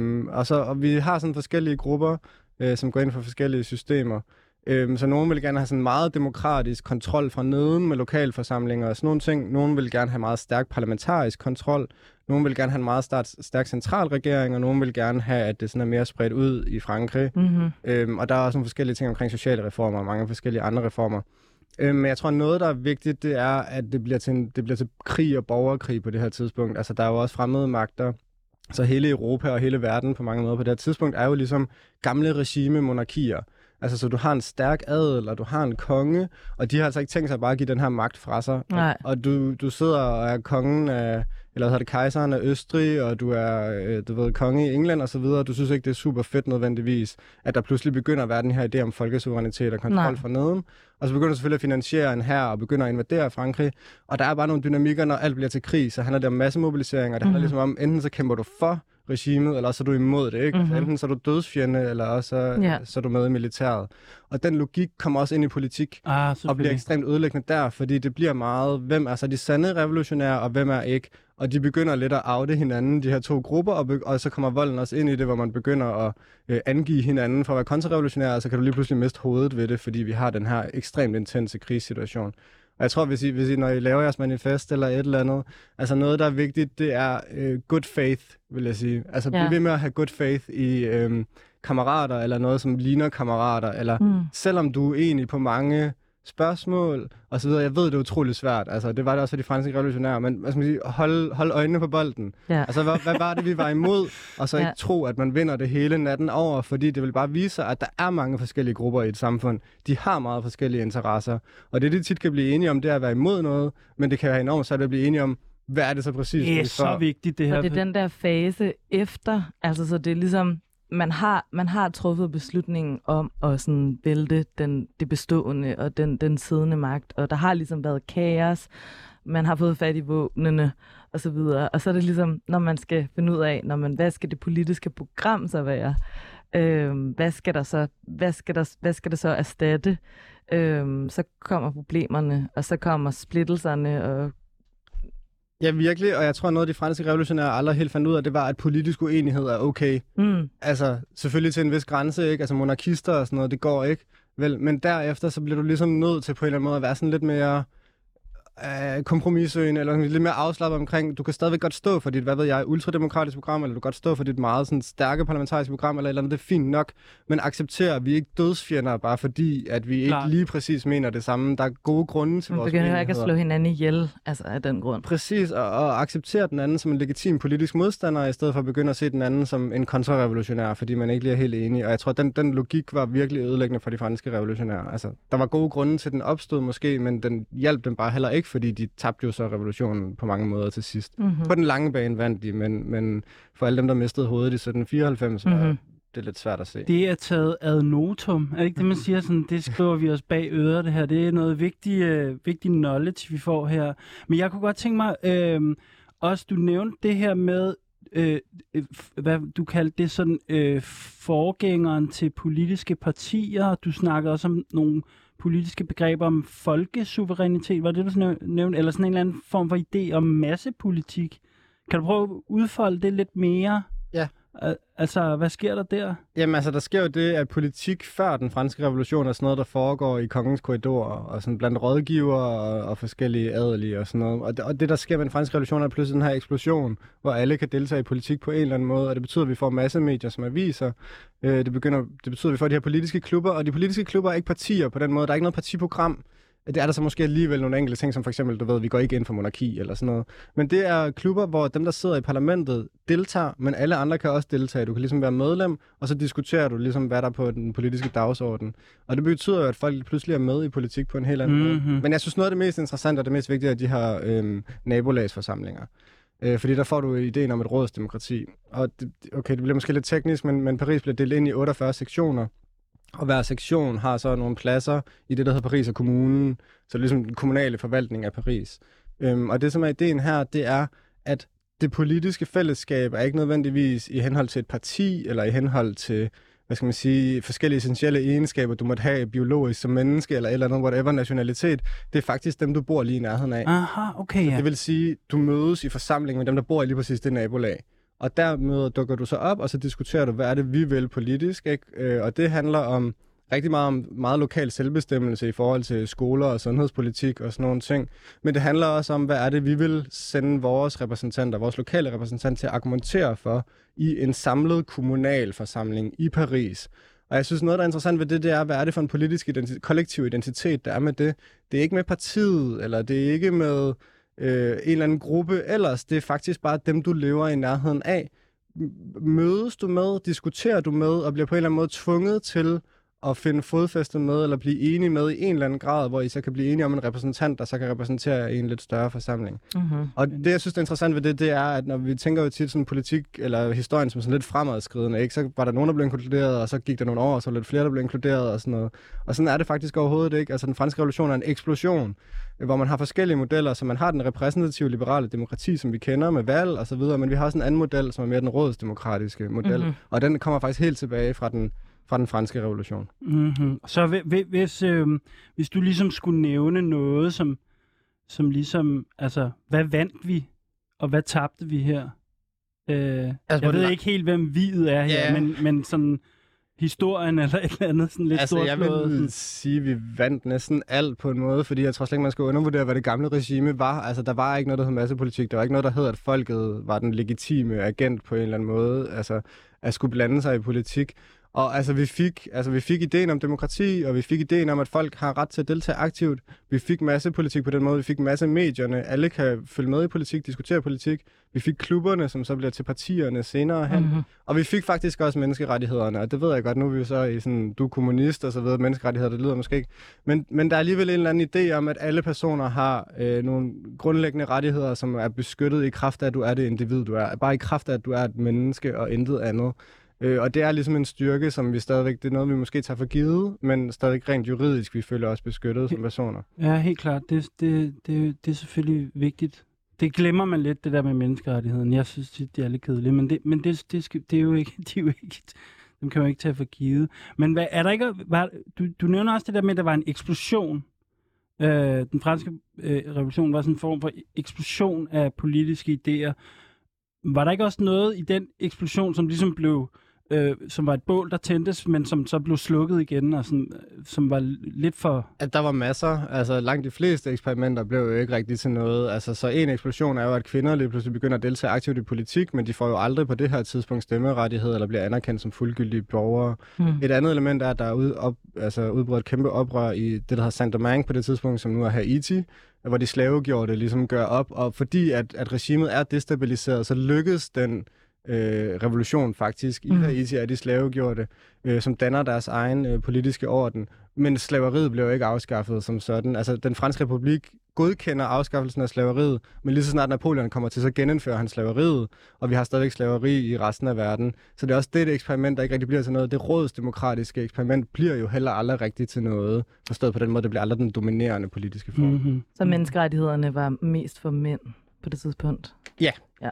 Og vi har sådan forskellige grupper, som går ind for forskellige systemer. Så nogen vil gerne have sådan meget demokratisk kontrol fra neden med lokalforsamlinger og sådan nogle ting. Nogen vil gerne have meget stærk parlamentarisk kontrol. Nogen vil gerne have en meget stærk centralregering, og nogen vil gerne have, at det sådan er mere spredt ud i Frankrig. Mm-hmm. Og der er også nogle forskellige ting omkring sociale reformer og mange forskellige andre reformer. Men jeg tror, noget, der er vigtigt, det er, at det bliver til krig og borgerkrig på det her tidspunkt. Altså, der er jo også fremmede magter. Så hele Europa og hele verden på mange måder på det her tidspunkt er jo ligesom gamle regime-monarkier. Altså, så du har en stærk adel, og du har en konge, og de har altså ikke tænkt sig bare at give den her magt fra sig. Og du sidder og er kongen af, eller hvad hedder det, kejseren af Østrig, og du er, konge i England og så videre. Du synes ikke, det er super fedt nødvendigvis, at der pludselig begynder at være den her idé om folkesuverænitet og kontrol fra neden. Og så begynder du selvfølgelig at finansiere en hær og begynder at invadere Frankrig. Og der er bare nogle dynamikker, når alt bliver til krig, så handler det om massemobilisering, og det handler ligesom om, enten så kæmper du for regimet, eller også er du imod det, ikke? Mm-hmm. Enten så er du dødsfjende, eller også så er du med i militæret. Og den logik kommer også ind i politik, og bliver ekstremt ødelæggende der, fordi det bliver meget, hvem er så de sande revolutionære, og hvem er ikke. Og de begynder lidt at oute hinanden, de her to grupper, og så kommer volden også ind i det, hvor man begynder at angive hinanden for at være kontrarevolutionær, og så kan du lige pludselig miste hovedet ved det, fordi vi har den her ekstremt intense krigssituation. Og jeg tror, hvis I, når I laver jeres manifest eller et eller andet, altså noget, der er vigtigt, det er good faith, vil jeg sige. Altså bliv ved med at have good faith i kammerater, eller noget, som ligner kammerater, eller selvom du er enig på mange spørgsmål og så videre. Jeg ved, det er utroligt svært. Altså, det var det også for de franske revolutionære, men hvad skal man sige, hold øjnene på bolden. Ja. Altså, hvad var det, vi var imod? Og så ikke tro, at man vinder det hele natten over, fordi det vil bare vise sig, at der er mange forskellige grupper i et samfund. De har meget forskellige interesser. Og det, de tit kan blive enige om, det er at være imod noget, men det kan være enormt svært at blive enige om, hvad er det så præcis? Det er så vigtigt, det her. Og det er den der fase efter, altså så det er ligesom, man har truffet beslutningen om at sådan vælte det bestående og den siddende magt, og der har ligesom været kaos, man har fået fat i våbnene og så videre, og så er det ligesom, når man skal finde ud af, hvad skal det politiske program så være? Hvad skal det så erstatte? Så kommer problemerne, og så kommer splittelserne og ja, virkelig, og jeg tror, noget af de franske revolutionære aldrig helt fandt ud af, det var, at politisk uenighed er okay. Altså, selvfølgelig til en vis grænse, ikke? Altså, monarkister og sådan noget, det går ikke. Vel, men derefter, så bliver du ligesom nødt til på en eller anden måde at være sådan lidt mere kompromissøgende, eller lidt mere afslappet omkring, du kan stadigvæk godt stå for dit, ultrademokratiske program, eller du kan godt stå for dit meget sådan stærke parlamentariske program, eller andet, det er fint nok, men accepterer, at vi ikke dødsfjender, bare fordi, at vi ikke lige præcis mener det samme. Der er gode grunde til vores uenigheder. Man begynder ikke at slå hinanden ihjel, altså af den grund. Præcis, og acceptere den anden som en legitim politisk modstander, i stedet for at begynde at se den anden som en kontrarevolutionær, fordi man ikke lige er helt enig. Og jeg tror, den logik var virkelig ødelæggende for de franske revolutionære. Altså, der var gode grunde til, den opstod måske, men den hjalp dem bare heller ikke, fordi de tabte jo så revolutionen på mange måder til sidst. Mm-hmm. På den lange bane vandt de, men for alle dem, der mistede hovedet i 1794, var det lidt svært at se. Det er taget ad notum. Er det ikke det, man siger? Sådan, det skriver vi os bag øret, det her. Det er noget vigtig knowledge, vi får her. Men jeg kunne godt tænke mig, også du nævnte det her med, hvad du kaldte det sådan, forgængeren til politiske partier. Du snakkede også om nogle politiske begreber om folkesuverænitet, var det du nævnte, eller sådan en eller anden form for idé om massepolitik. Kan du prøve at udfolde det lidt mere? Ja. Altså, hvad sker der der? Jamen, altså, der sker jo det, at politik før den franske revolution er sådan noget, der foregår i kongens korridorer, og sådan blandt rådgivere og forskellige adelige og sådan noget. Og det, der sker med den franske revolution, er pludselig den her eksplosion, hvor alle kan deltage i politik på en eller anden måde, og det betyder, at vi får massemedier som aviser. Det betyder, at vi får de her politiske klubber, og de politiske klubber er ikke partier på den måde. Der er ikke noget partiprogram. Det er der så måske alligevel nogle enkelte ting, som for eksempel, vi går ikke ind for monarki eller sådan noget. Men det er klubber, hvor dem, der sidder i parlamentet, deltager, men alle andre kan også deltage. Du kan ligesom være medlem, og så diskuterer du ligesom, hvad der er på den politiske dagsorden. Og det betyder jo, at folk pludselig er med i politik på en helt anden måde. Men jeg synes, noget af det mest interessante og det mest vigtige er de her nabolagsforsamlinger. Fordi der får du ideen om et rådsdemokrati. Og det bliver måske lidt teknisk, men Paris bliver delt ind i 48 sektioner. Og hver sektion har så nogle pladser i det, der hedder Paris og kommunen. Så det er ligesom den kommunale forvaltning af Paris. Og det, som er ideen her, det er, at det politiske fællesskab er ikke nødvendigvis i henhold til et parti, eller i henhold til, hvad skal man sige, forskellige essentielle egenskaber, du måtte have biologisk som menneske, eller et eller andet, whatever nationalitet. Det er faktisk dem, du bor lige i nærheden af. Aha, okay, ja. Det vil sige, du mødes i forsamling med dem, der bor i lige præcis det nabolag. Og der dukker du så op, og så diskuterer du, hvad er det, vi vil politisk, ikke? Og det handler om rigtig meget om meget lokal selvbestemmelse i forhold til skoler og sundhedspolitik og sådan nogle ting. Men det handler også om, hvad er det, vi vil sende vores repræsentanter, vores lokale repræsentanter til at argumentere for i en samlet kommunal forsamling i Paris. Og jeg synes, noget, der er interessant ved det, det er, hvad er det for en politisk kollektiv identitet, der er med det. Det er ikke med partiet, eller det er ikke med en eller anden gruppe ellers. Det er faktisk bare dem, du lever i nærheden af. Mødes du med, diskuterer du med, og bliver på en eller anden måde tvunget til at finde fodfæste med, eller blive enige med i en eller anden grad, hvor I så kan blive enige om en repræsentant, der så kan repræsentere en lidt større forsamling. Mm-hmm. Og det, jeg synes, der er interessant ved det, det er, at når vi tænker jo tit sådan politik, eller historien som sådan lidt fremadskridende, ikke? Så var der nogen, der blev inkluderet, og så gik der nogle år, og så var lidt flere, der blev inkluderet, og sådan noget. Og sådan er det faktisk overhovedet ikke. Altså, den franske revolution er en eksplosion, hvor man har forskellige modeller, så man har den repræsentative liberale demokrati, som vi kender med valg og så videre, men vi har også en anden model, som er mere den rådsdemokratiske model, og den kommer faktisk helt tilbage fra den franske revolution. Mm-hmm. Så hvis du ligesom skulle nævne noget, som ligesom, altså, hvad vandt vi, og hvad tabte vi her? Jeg ved ikke helt, hvem vi'et er her, men sådan historien eller et eller andet sådan lidt storslået. Jeg vil sige, at vi vandt næsten alt på en måde, fordi jeg tror slet ikke, man skal undervurdere, hvad det gamle regime var. Altså, der var ikke noget, der hed massepolitik. Der var ikke noget, der hed, at folket var den legitime agent på en eller anden måde, altså at skulle blande sig i politik. Og altså, vi fik ideen om demokrati, og vi fik ideen om, at folk har ret til at deltage aktivt. Vi fik massepolitik på den måde, vi fik masse medierne. Alle kan følge med i politik, diskutere politik. Vi fik klubberne, som så bliver til partierne senere hen. Mm-hmm. Og vi fik faktisk også menneskerettighederne, og det ved jeg godt, nu er vi jo så i sådan, du er kommunist og så videre, menneskerettigheder, det lyder måske ikke. Men der er alligevel en eller anden idé om, at alle personer har nogle grundlæggende rettigheder, som er beskyttet i kraft af, at du er det individ, du er. Bare i kraft af, at du er et menneske og intet andet. Og det er ligesom en styrke, som vi stadigvæk, det er noget, vi måske tager for givet, men stadigvæk rent juridisk, vi føler os beskyttet som personer. Ja, helt klart. Det er selvfølgelig vigtigt. Det glemmer man lidt, det der med menneskerettigheden. Jeg synes, det er lidt kedeligt, men det er jo ikke, dem kan man ikke tage for givet. Men hvad, er der ikke, du nævner også det der med, at der var en eksplosion. Den franske revolution var sådan en form for eksplosion af politiske idéer. Var der ikke også noget i den eksplosion, som ligesom blev, som var et bål, der tændtes, men som så blev slukket igen, og sådan, som var lidt for... At der var masser. Altså, langt de fleste eksperimenter blev jo ikke rigtig til noget. Altså, så en eksplosion er jo, at kvinder lige pludselig begynder at deltage aktivt i politik, men de får jo aldrig på det her tidspunkt stemmerettighed, eller bliver anerkendt som fuldgyldige borgere. Et andet element er, at der er udbrudt et kæmpe oprør i det, der hedder Saint-Domingue på det tidspunkt, som nu er Haiti, hvor de slavegjorte ligesom gør op, og fordi at regimet er destabiliseret, så lykkedes den revolution faktisk i Haiti af de slavegjorte, som danner deres egen politiske orden. Men slaveriet blev jo ikke afskaffet som sådan. Altså, den franske republik godkender afskaffelsen af slaveriet, men lige så snart Napoleon kommer til, så genindfører han slaveriet, og vi har stadigvæk slaveri i resten af verden. Så det er også det eksperiment, der ikke rigtig bliver til noget. Det rådsdemokratiske eksperiment bliver jo heller aldrig rigtigt til noget. Forstået på den måde, det bliver aldrig den dominerende politiske form. Mm-hmm. Så menneskerettighederne var mest for mænd på det tidspunkt? Ja.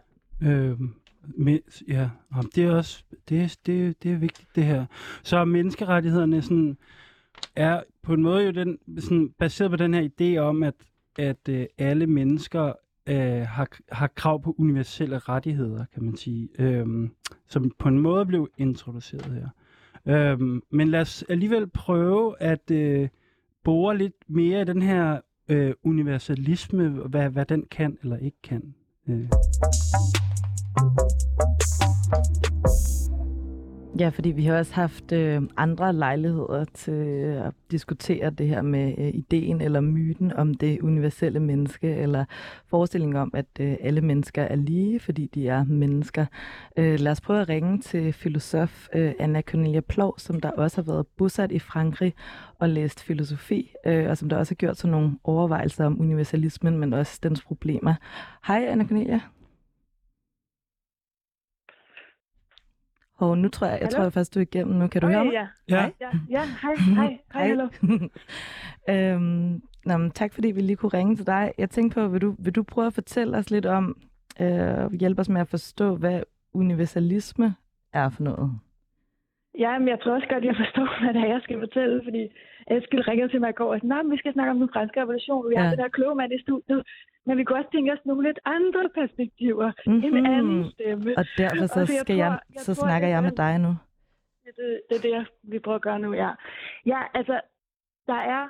Ja, det er også det er vigtigt det her. Så menneskerettighederne sådan er på en måde jo den sådan baseret på den her idé om at alle mennesker har krav på universelle rettigheder, kan man sige, som på en måde blev introduceret her. Men lad os alligevel prøve at bore lidt mere i den her universalisme, hvad den kan eller ikke kan. Ja, fordi vi har også haft andre lejligheder til at diskutere det her med ideen eller myten om det universelle menneske, eller forestillingen om, at alle mennesker er lige, fordi de er mennesker. Lad os prøve at ringe til filosof Anna Cornelia Ploug, som der også har været bosat i Frankrig og læst filosofi, og som der også har gjort sådan nogle overvejelser om universalismen, men også dens problemer. Hej, Anna Cornelia. Nu tror jeg først, du er igennem nu. Kan du høre mig? Ja. Hej, hallo. Tak fordi vi lige kunne ringe til dig. Jeg tænkte på, vil du prøve at fortælle os lidt om, hjælpe os med at forstå, hvad universalisme er for noget? Ja, men jeg tror også godt, jeg forstår, hvad det er, jeg skal fortælle, fordi Eskild ringede til mig i går og sagde, vi skal snakke om den franske revolution, vi har den her kloge mand i studiet, men vi kunne også tænke os nogle lidt andre perspektiver, en anden stemme. Og derfor så snakker jeg med dig nu. Det er det, vi prøver at gøre nu, ja. Ja, altså, der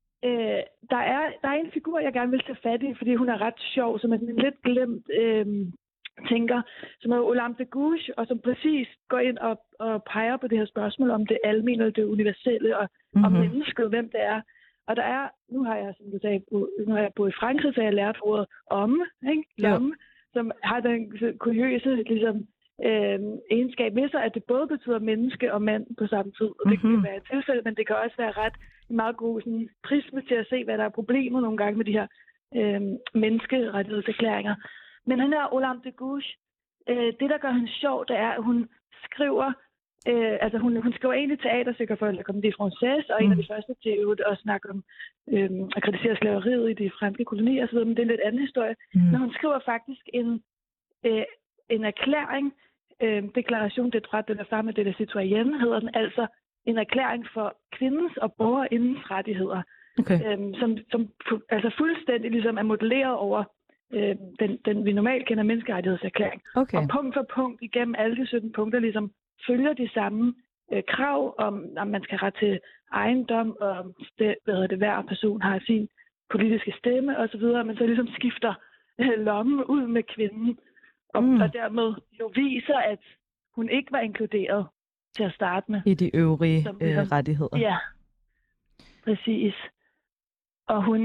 er en figur, jeg gerne vil tage fat i, fordi hun er ret sjov, som er sådan en lidt glemt tænker, som er Olympe de Gouges, og som præcis går ind og peger på det her spørgsmål om det almene og det universelle, og om mennesket, hvem det er. Og der er, nu har jeg, som du sagde, nu har jeg boet i Frankrig, så jeg har lært ordet omme, ikke? Lomme, som har den kuriøse ligesom, egenskab ved sig, at det både betyder menneske og mand på samme tid. Og det kan være et tilfælde, men det kan også være ret meget god sådan, prisme til at se, hvad der er problemet nogle gange med de her menneskerettighedserklæringer. Men han er Olympe de Gouges. Det, der gør hende sjov, det er, at hun skriver, hun skriver egentlig teaterstykker for La Comédie Française, og en af de første til at snakke om at kritisere slaveriet i de franske kolonier osv., men det er en lidt anden historie. Men hun skriver faktisk en erklæring, Déclaration des droits de la femme et de la citoyenne, hedder den, altså en erklæring for kvindens og borgerindens rettigheder, som altså fuldstændig ligesom er modelleret over den vi normalt kender menneskerettighedserklæring. Og punkt for punkt igennem alle de 17 punkter ligesom følger de samme krav om, at man skal ret til ejendom, og hver person har sin politiske stemme osv., men så ligesom skifter lommen ud med kvinden, og dermed jo viser, at hun ikke var inkluderet til at starte med. I de øvrige rettigheder. Ja, præcis. Og hun,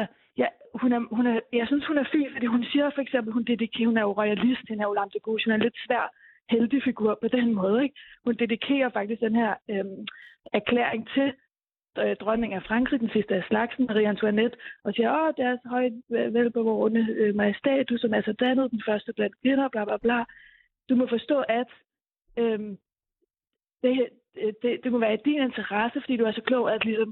jeg synes, hun er fin, fordi hun siger for eksempel, hun er jo royalist, den her Olympe de Gouges. Hun er en lidt svær, heldig figur på den måde, ikke? Hun dedikerer faktisk den her erklæring til dronning af Frankrig, den sidste af slagsen, Marie Antoinette, og siger, deres højt velbevårende majestæt, du som er så dannet, den første blandt kvinder, bla bla bla. Du må forstå, at det må være i din interesse, fordi du er så klog, at ligesom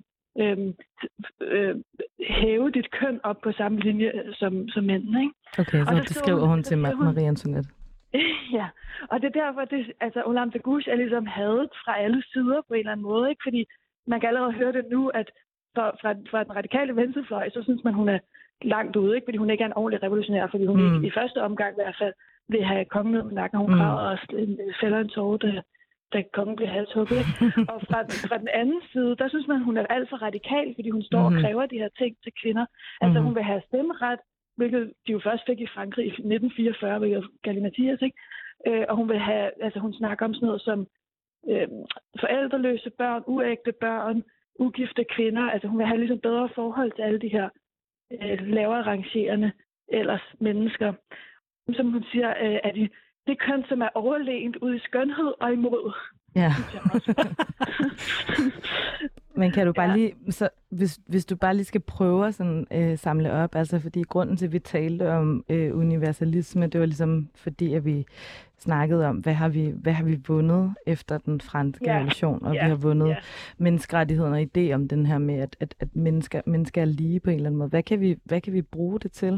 hæve dit køn op på samme linje som mændene, ikke? Okay, så det skriver hun til Marie Antoinette. Ja, og det er derfor, Olympe de Gouges er ligesom hadet fra alle sider på en eller anden måde, ikke? Fordi man kan allerede høre det nu, at fra den radikale venstrefløj, så synes man, hun er langt ude, ikke? Fordi hun ikke er en ordentlig revolutionær, fordi hun ikke i første omgang i hvert fald vil have kongen ned med nakken, og hun græder også fælder en tåre, da kongen bliver halshugget. Og fra den anden side, der synes man, hun er alt for radikal, fordi hun står og kræver de her ting til kvinder. Altså hun vil have stemmeret, hvilket de jo først fik i Frankrig i 1944, hvilket Galimatias, ikke? Og hun vil have, hun snakker om sådan noget som forældreløse børn, uægte børn, ugifte kvinder. Altså hun vil have ligesom bedre forhold til alle de her lavere rangerende ellers mennesker. Som hun siger, at det køn, som er overlegent ud i skønhed og i mod. Ja. Men kan du bare lige, så hvis du bare lige skal prøve at sådan, samle op, altså fordi grunden til, at vi talte om universalisme, det var ligesom fordi, at vi snakkede om, hvad har vi vundet efter den franske revolution, og vi har vundet menneskerettighederne og idé om den her med, at mennesker er lige på en eller anden måde. Hvad kan vi bruge det til?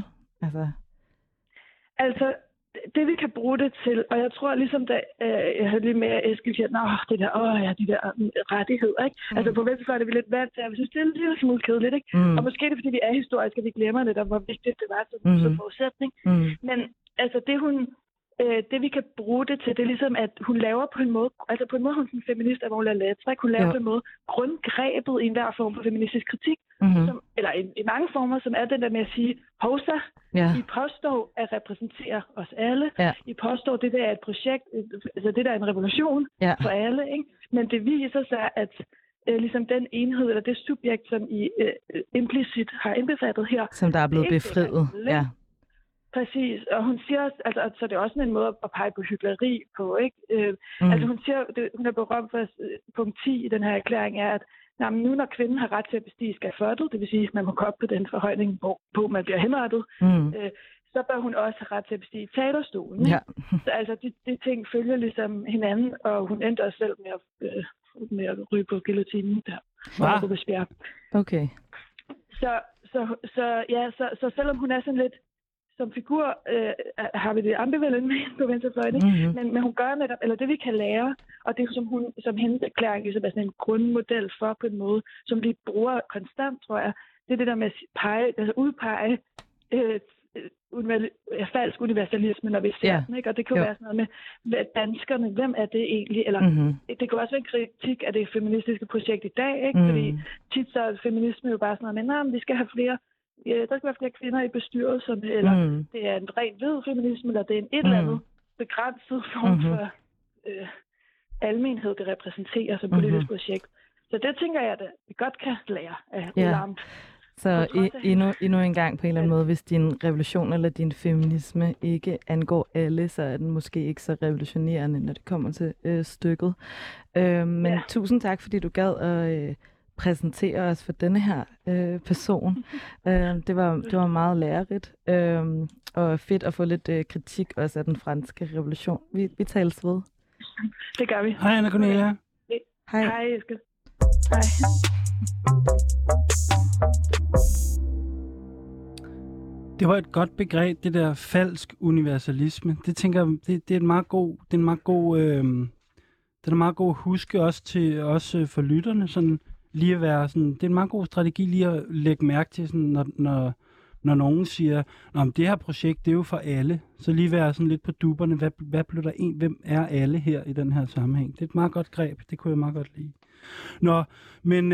Altså det vi kan bruge det til, og jeg tror ligesom, da jeg hørte lidt mere Eskild siger, de der rettigheder, ikke? Altså på venstrefløjen er vi lidt vant til, at vi synes, det er en lille smule kedeligt, ikke? Og måske er det, fordi vi er historiske, at vi glemmer lidt om, hvor vigtigt det var som forudsætning. Men altså det vi kan bruge det til, det er ligesom, at hun laver på en måde, altså på en måde hun er en feminist af Mola Lettre, hun laver på en måde grundgrebet i enhver form for feministisk kritik, som, eller i mange former, som er den der med at sige, hovsa, I påstår at repræsentere os alle, I påstår, det der er et projekt, altså det der er en revolution for alle, ikke? Men det viser sig, at ligesom den enhed, eller det subjekt, som I implicit har indbefattet her, som der er blevet befriet, Præcis, og hun siger også, altså, så det er også en måde at pege på hykleri på, ikke? Altså hun siger, hun er berømt for punkt 10 i den her erklæring, er, at nu når kvinden har ret til at bestige skafottet, det vil sige, at man må gå op på den forhøjning, hvor man bliver henrettet, så bør hun også have ret til at bestige talerstolen. Ja. Så altså, de ting følger ligesom hinanden, og hun endte også selv med at ryge på guillotinen der. Okay. Så selvom hun er sådan lidt som figur har vi det ambivalent med på venstrefløjen, men hun gør netop, eller det vi kan lære, og det som hendes erklæring ligesom er sådan en grundmodel for på en måde, som vi bruger konstant, tror jeg, det er det der med at udpege falsk universalisme, når vi ser den, ikke? Og det kan jo være sådan noget med danskerne, hvem er det egentlig? Eller det kan også være en kritik af det feministiske projekt i dag, ikke? Fordi tit så er feminisme jo bare sådan noget, men vi skal have flere, der skal være flere kvinder i bestyrelserne, eller det er en ren hvid feminisme, eller det er et eller andet begrænset form for almenhed, det repræsenterer som politisk projekt. Så det tænker jeg, at vi godt kan lære af Ulam. Så endnu en gang på en eller anden måde, hvis din revolution eller din feminisme ikke angår alle, så er den måske ikke så revolutionerende, når det kommer til stykket. Men tusind tak, fordi du gad at præsentere os for denne her person. Det var meget lærerigt, og fedt at få lidt kritik også af den franske revolution. Vi tales ved. Det gør vi. Hej, Anna Cornelia. Hej, Eske. Hej. Det var et godt begreb, det der falsk universalisme. Det tænker jeg, det er en meget god, det er meget god at huske også til os for lytterne, sådan lige at være sådan. Det er en meget god strategi lige at lægge mærke til, sådan, når nogen siger, det her projekt, det er jo for alle. Så lige være sådan lidt på dupperne. Hvad blev der en? Hvem er alle her i den her sammenhæng? Det er et meget godt greb. Det kunne jeg meget godt lide. Nå, men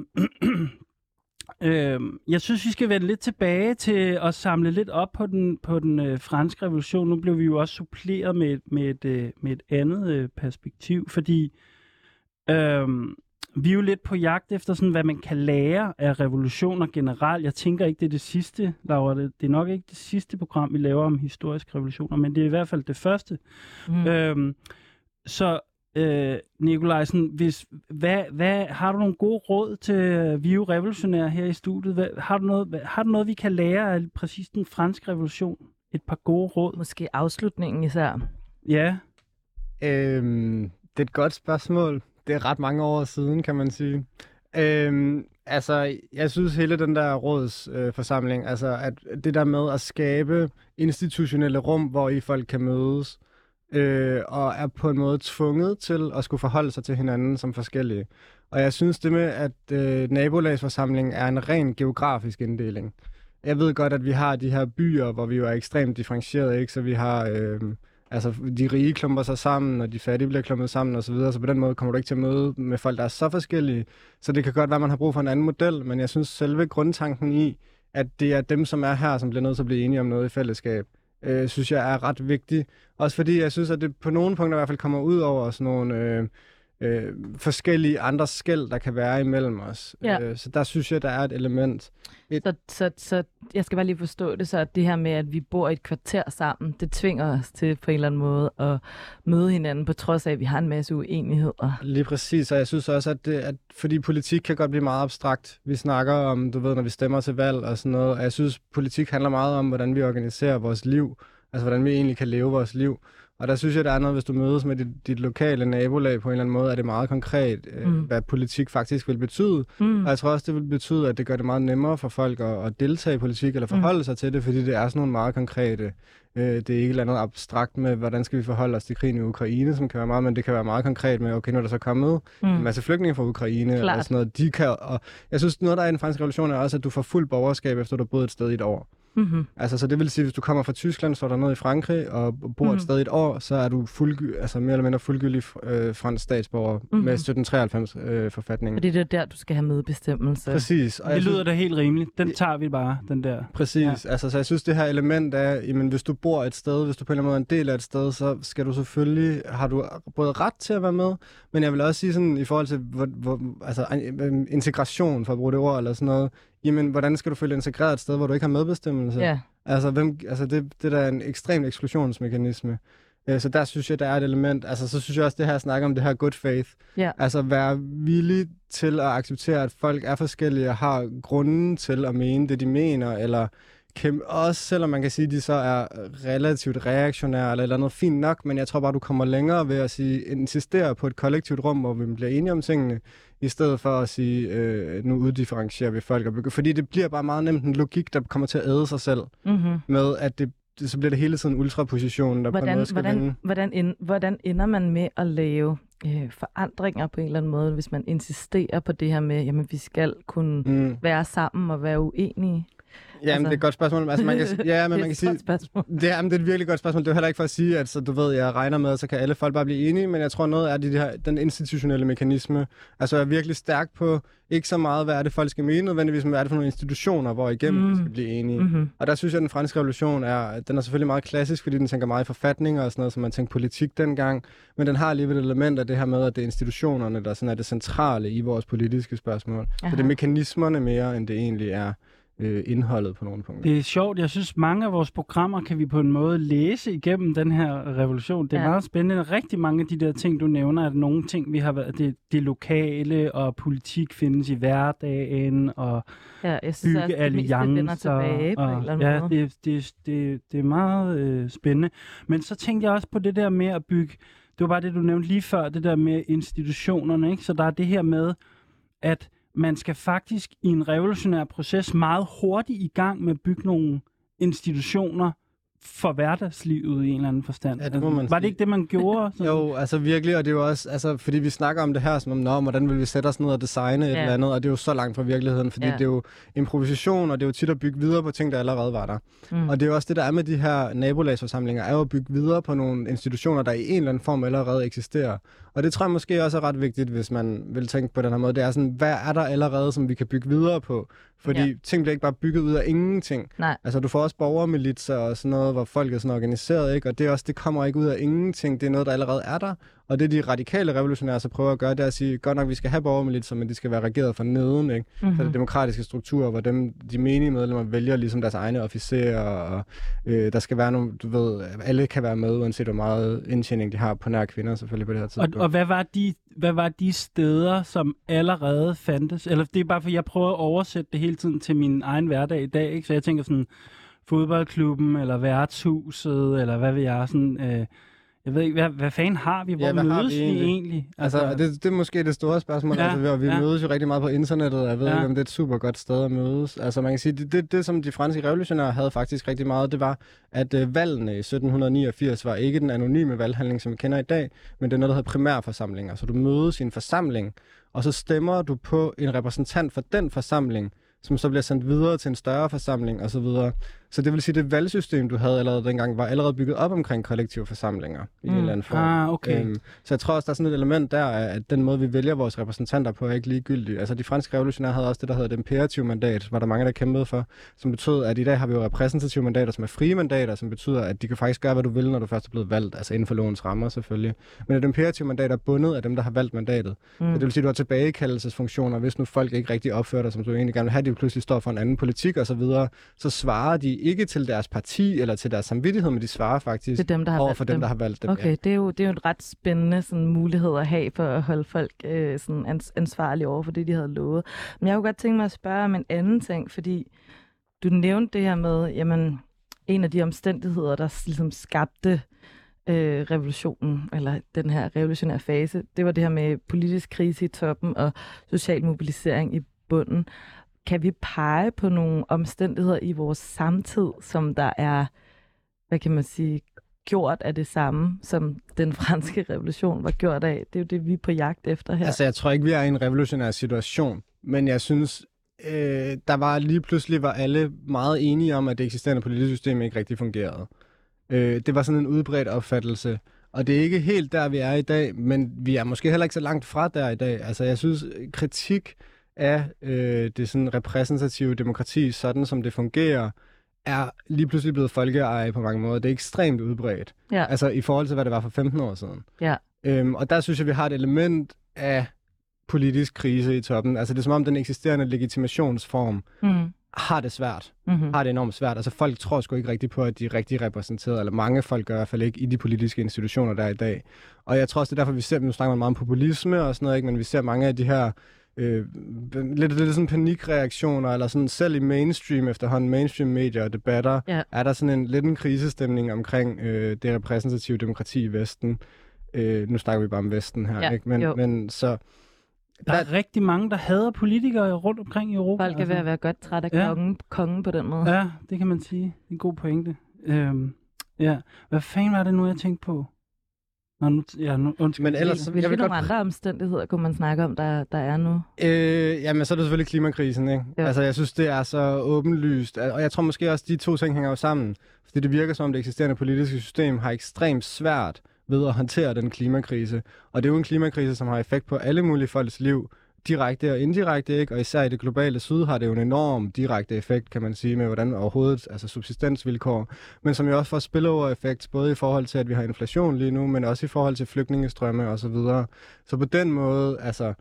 jeg synes, vi skal vende lidt tilbage til at samle lidt op på den franske revolution. Nu blev vi jo også suppleret med et andet perspektiv, fordi vi er jo lidt på jagt efter, sådan, hvad man kan lære af revolutioner generelt. Jeg tænker ikke, det er det sidste, Laura. Det er nok ikke det sidste program, vi laver om historiske revolutioner, men det er i hvert fald det første. Så Nikolajsen, hvad har du nogle gode råd til vi er jo revolutionære her i studiet? Har du noget, vi kan lære af præcis den franske revolution? Et par gode råd? Måske afslutningen især. Ja. Det er et godt spørgsmål. Det er ret mange år siden, kan man sige. Jeg synes hele den der rådsforsamling, at det der med at skabe institutionelle rum, hvor i folk kan mødes, og er på en måde tvunget til at skulle forholde sig til hinanden som forskellige. Og jeg synes det med, at nabolagsforsamling er en ren geografisk inddeling. Jeg ved godt, at vi har de her byer, hvor vi jo er ekstremt differentieret, ikke? Så vi har de rige klumper sig sammen, og de fattige bliver klumpet sammen osv., så på den måde kommer du ikke til at møde med folk, der er så forskellige. Så det kan godt være, at man har brug for en anden model, men jeg synes selve grundtanken i, at det er dem, som er her, som bliver nødt til at blive enige om noget i fællesskab, synes jeg er ret vigtigt. Også fordi jeg synes, at det på nogle punkter i hvert fald kommer ud over sådan nogle forskellige andre skel, der kan være imellem os. Ja. Så der synes jeg, der er et element. Så jeg skal bare lige forstå det, så at det her med, at vi bor i et kvarter sammen, det tvinger os til på en eller anden måde at møde hinanden, på trods af, at vi har en masse uenigheder. Lige præcis, og jeg synes også, at fordi politik kan godt blive meget abstrakt. Vi snakker om, når vi stemmer til valg og sådan noget, og jeg synes, politik handler meget om, hvordan vi organiserer vores liv, altså hvordan vi egentlig kan leve vores liv. Og der synes jeg, der er noget, hvis du mødes med dit lokale nabolag på en eller anden måde, er det meget konkret, hvad politik faktisk vil betyde. Og jeg tror også, det vil betyde, at det gør det meget nemmere for folk at deltage i politik, eller forholde sig til det, fordi det er sådan nogle meget konkrete. Det er ikke et eller andet abstrakt med, hvordan skal vi forholde os til krigen i Ukraine, som kan være meget, men det kan være meget konkret med, okay, nu er der så kommet en masse flygtninge fra Ukraine, eller sådan noget. Og jeg synes, noget, der er i den franske revolution, er også, at du får fuld borgerskab, efter du har boet et sted i et år. Så det vil sige, hvis du kommer fra Tyskland, står der nede i Frankrig og bor et sted i et år, så er du mere eller mindre fuldgyldig fransk statsborger med 1793 forfatningen. Og det er der, du skal have medbestemmelse. Præcis. Og det lyder da helt rimeligt. Den tager vi bare, den der. Præcis. Ja. Så jeg synes, det her element er, jamen, hvis du bor et sted, hvis du på en eller anden måde er en del af et sted, så skal du selvfølgelig, har du både ret til at være med, men jeg vil også sige sådan, i forhold til integration, for at bruge det ord eller sådan noget, jamen, hvordan skal du føle integreret et sted, hvor du ikke har medbestemmelse? Ja. Det der er en ekstrem eksklusionsmekanisme. Så der synes jeg, der er et element. Så synes jeg også, det her snakker om det her good faith. Ja. Være villig til at acceptere, at folk er forskellige og har grunden til at mene det, de mener, eller også selvom man kan sige, at de så er relativt reaktionære eller et eller andet, fint nok, men jeg tror bare, du kommer længere ved at insistere på et kollektivt rum, hvor vi bliver enige om tingene, i stedet for at sige, nu uddifferentierer vi folk. Fordi det bliver bare meget nemt en logik, der kommer til at æde sig selv, med at så bliver det hele tiden ultrapositionen, der på en måde skal vinde. Hvordan ender man med at lave forandringer på en eller anden måde, hvis man insisterer på det her med, jamen vi skal kunne være sammen og være uenige? Jamen, det er et godt spørgsmål. Altså, man kan, man kan sige, det er et virkelig godt spørgsmål. Det er jo heller ikke for at sige, at så, du ved, jeg regner med, at så kan alle folk bare blive enige, men jeg tror noget af den institutionelle mekanisme. Altså, jeg er virkelig stærk på ikke så meget, hvad er det folk skal mene, nødvendigvis, men hvad er det for nogle institutioner, hvor igennem vi skal blive enige. Og der synes jeg, at den franske revolution den er selvfølgelig meget klassisk, fordi den tænker meget i forfatninger og sådan noget, som man tænkte politik dengang, men den har alligevel et element af det her med, at det er institutionerne, der sådan er det centrale i vores politiske spørgsmål. Aha. Så det er mekanismerne mere, end det egentlig er indholdet på nogle punkter. Det er sjovt. Jeg synes, mange af vores programmer kan vi på en måde læse igennem den her revolution. Det er meget spændende. Rigtig mange af de der ting, du nævner, er nogle ting, vi har været... Det lokale og politik findes i hverdagen og bygge alliancer. Det er meget spændende. Men så tænkte jeg også på det der med at bygge... Det var bare det, du nævnte lige før, det der med institutionerne, ikke? Så der er det her med, at man skal faktisk i en revolutionær proces meget hurtigt i gang med at bygge nogle institutioner for hverdagslivet i en eller anden forstand. Ja, det var det ikke det, man gjorde? Sådan? Jo, altså virkelig, og det er jo også, fordi vi snakker om det her, som om, hvordan vil vi sætte os ned og designe et eller andet, og det er jo så langt fra virkeligheden, fordi det er jo improvisation, og det er jo tit at bygge videre på ting, der allerede var der. Og det er jo også det, der er med de her nabolagsforsamlinger, er jo at bygge videre på nogle institutioner, der i en eller anden form allerede eksisterer. Og det tror jeg måske også er ret vigtigt, hvis man vil tænke på den her måde. Det er sådan, hvad er der allerede, som vi kan bygge videre på? Fordi ting bliver ikke bare bygget ud af ingenting. Nej. Altså, du får også borgermilitser og sådan noget, hvor folk er sådan organiseret, ikke? Og det kommer ikke ud af ingenting. Det er noget, der allerede er der. Og det, de radikale revolutionære så prøver at gøre, det er at sige, godt nok, vi skal have borgermilitser, men de skal være regeret fra neden, ikke? Så det er demokratiske strukturer, hvor de menige medlemmer vælger ligesom deres egne officerer, og der skal være nogle, du ved, alle kan være med, uanset hvor meget indtjening de har på nær kvinder, selvfølgelig på det her tidspunkt. Og hvad var de steder, som allerede fandtes? Eller det er bare, for jeg prøver at oversætte det hele tiden til min egen hverdag i dag, ikke? Så jeg tænker sådan, fodboldklubben, eller værtshuset, eller hvad ved jeg, sådan... Jeg ved ikke, hvad fanden har vi? Hvor mødes vi egentlig? Altså, det er måske det store spørgsmål. Vi mødes jo rigtig meget på internettet, og jeg ved ikke, om det er et super godt sted at mødes. Altså, man kan sige, det som de franske revolutionære havde faktisk rigtig meget, det var, at valgene i 1789 var ikke den anonyme valghandling, som vi kender i dag, men det er noget, der hedder primærforsamlinger. Så du mødes i en forsamling, og så stemmer du på en repræsentant for den forsamling, som så bliver sendt videre til en større forsamling osv. Så det vil sige, at det valgsystem, du havde allerede dengang, var allerede bygget op omkring kollektive forsamlinger i en eller anden form. Okay. Så jeg tror også, der er sådan et element der, at den måde, vi vælger vores repræsentanter på, er ikke ligegyldig. Altså, de franske revolutionære havde også det, der hedder et imperativ mandat, var der mange, der kæmpede for, som betød, at i dag har vi jo repræsentative mandater, som er frie mandater, som betyder, at de kan faktisk gøre, hvad du vil, når du først er blevet valgt, altså inden for lovens rammer selvfølgelig. Men et imperativ mandat er bundet af dem, der har valgt mandatet. Så det vil sige, at du har tilbagekaldelsesfunktioner, hvis nu folk ikke rigtig opfører dig, som du egentlig gerne vil have, de pludselig står for en anden politik og så videre, så svarer de ikke til deres parti eller til deres samvittighed, men de svarer faktisk til dem, der har over for dem, der har valgt dem. Okay, det er jo en ret spændende sådan, mulighed at have for at holde folk sådan ansvarlige over for det, de havde lovet. Men jeg kunne godt tænke mig at spørge om en anden ting, fordi du nævnte det her med, jamen, en af de omstændigheder, der ligesom skabte revolutionen, eller den her revolutionære fase, det var det her med politisk krise i toppen og social mobilisering i bunden. Kan vi pege på nogle omstændigheder i vores samtid, som der er, hvad kan man sige, gjort af det samme, som den franske revolution var gjort af? Det er jo det, vi er på jagt efter her. Altså, jeg tror ikke, vi er i en revolutionær situation, men jeg synes, der var lige pludselig var alle meget enige om, at det eksisterende politiske system ikke rigtig fungerede. Det var sådan en udbredt opfattelse, og det er ikke helt der, vi er i dag, men vi er måske heller ikke så langt fra der i dag. Altså, jeg synes, kritik af det sådan repræsentative demokrati, sådan som det fungerer, er lige pludselig blevet folkeeje på mange måder. Det er ekstremt udbredt. Ja. Altså i forhold til, hvad det var for 15 år siden. Ja. Og der synes jeg, vi har et element af politisk krise i toppen. Altså det er som om den eksisterende legitimationsform har det svært. Har det enormt svært. Altså folk tror sgu ikke rigtigt på, at de er rigtig repræsenteret, eller mange folk gør i hvert fald ikke i de politiske institutioner, der er i dag. Og jeg tror også, det er derfor, vi ser, nu snakker man meget om populisme og sådan noget, ikke? Men vi ser mange af de her lidt sådan panikreaktioner, eller sådan selv i mainstream medier og debatter, er der sådan lidt en krisestemning omkring det repræsentative demokrati i Vesten. Nu snakker vi bare om Vesten her, ikke? Men så... Der er rigtig mange, der hader politikere rundt omkring i Europa. Folk er ved at være godt træt af kongen på den måde. Ja, det kan man sige. Det er en god pointe. Hvad fanden var det nu, jeg tænkte på? Men ellers, hvilke nogle andre omstændigheder kunne man snakke om, der er nu? Jamen, så er det selvfølgelig klimakrisen, ikke? Jo. Altså, jeg synes, det er så åbenlyst. Og jeg tror måske også, de to ting hænger jo sammen. Fordi det virker som, det eksisterende politiske system har ekstremt svært ved at håndtere den klimakrise. Og det er jo en klimakrise, som har effekt på alle mulige folks liv, direkte og indirekte, ikke? Og især i det globale syd har det jo en enorm direkte effekt, kan man sige, med hvordan overhovedet, altså subsistensvilkår, men som jo også får spillover-effekt, både i forhold til, at vi har inflation lige nu, men også i forhold til flygtningestrømme og så videre. Så på den måde, altså,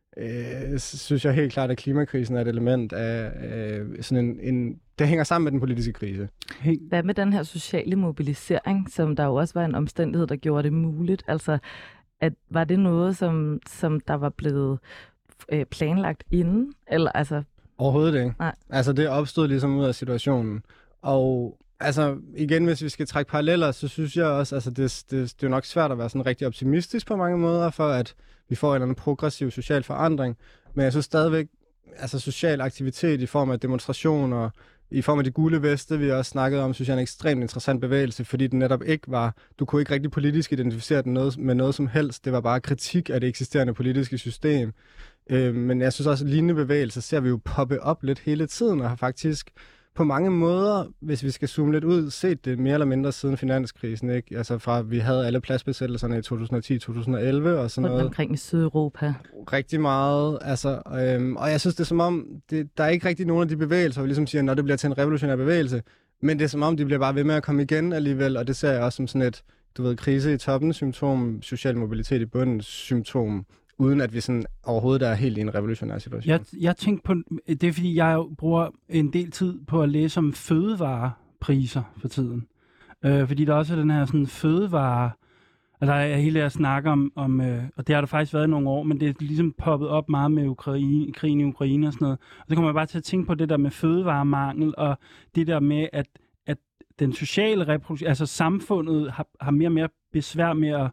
synes jeg helt klart, at klimakrisen er et element af sådan en det hænger sammen med den politiske krise. Hvad med den her sociale mobilisering, som der jo også var en omstændighed, der gjorde det muligt? Altså, var det noget, som der var blevet planlagt inden? Eller, altså... Overhovedet ikke. Nej. Altså, det opstod ligesom ud af situationen. Og altså, igen, hvis vi skal trække paralleller, så synes jeg også, altså, det er jo nok svært at være sådan rigtig optimistisk på mange måder, for at vi får en eller anden progressiv social forandring. Men jeg synes stadigvæk, altså social aktivitet i form af demonstrationer, i form af de gule veste, vi også snakkede om, synes jeg er en ekstremt interessant bevægelse, fordi den netop ikke var, du kunne ikke rigtig politisk identificere den med noget som helst. Det var bare kritik af det eksisterende politiske system. Men jeg synes også, at lignende bevægelser ser vi jo poppe op lidt hele tiden, og har faktisk på mange måder, hvis vi skal zoome lidt ud, set det mere eller mindre siden finanskrisen, ikke? Altså fra, vi havde alle pladsbesættelserne i 2010-2011 og sådan noget. Omkring i Sydeuropa. Rigtig meget, altså, og jeg synes, det er som om, der er ikke rigtig nogen af de bevægelser, vi ligesom siger, når det bliver til en revolutionær bevægelse, men det er som om, de bliver bare ved med at komme igen alligevel, og det ser jeg også som sådan et, du ved, krise i toppen symptom, social mobilitet i bunden symptom, uden at vi sådan overhovedet er helt i en revolutionær situation. Jeg tænker på, det er fordi, jeg bruger en del tid på at læse om fødevarepriser for tiden. Fordi der også er den her sådan fødevare, og der er hele jeg snakker om, og det har der faktisk været i nogle år, men det er ligesom poppet op meget med krigen i Ukraine og sådan noget. Og så kommer jeg bare til at tænke på det der med fødevaremangel, og det der med, at den sociale reproduktion, altså samfundet har mere og mere besvær med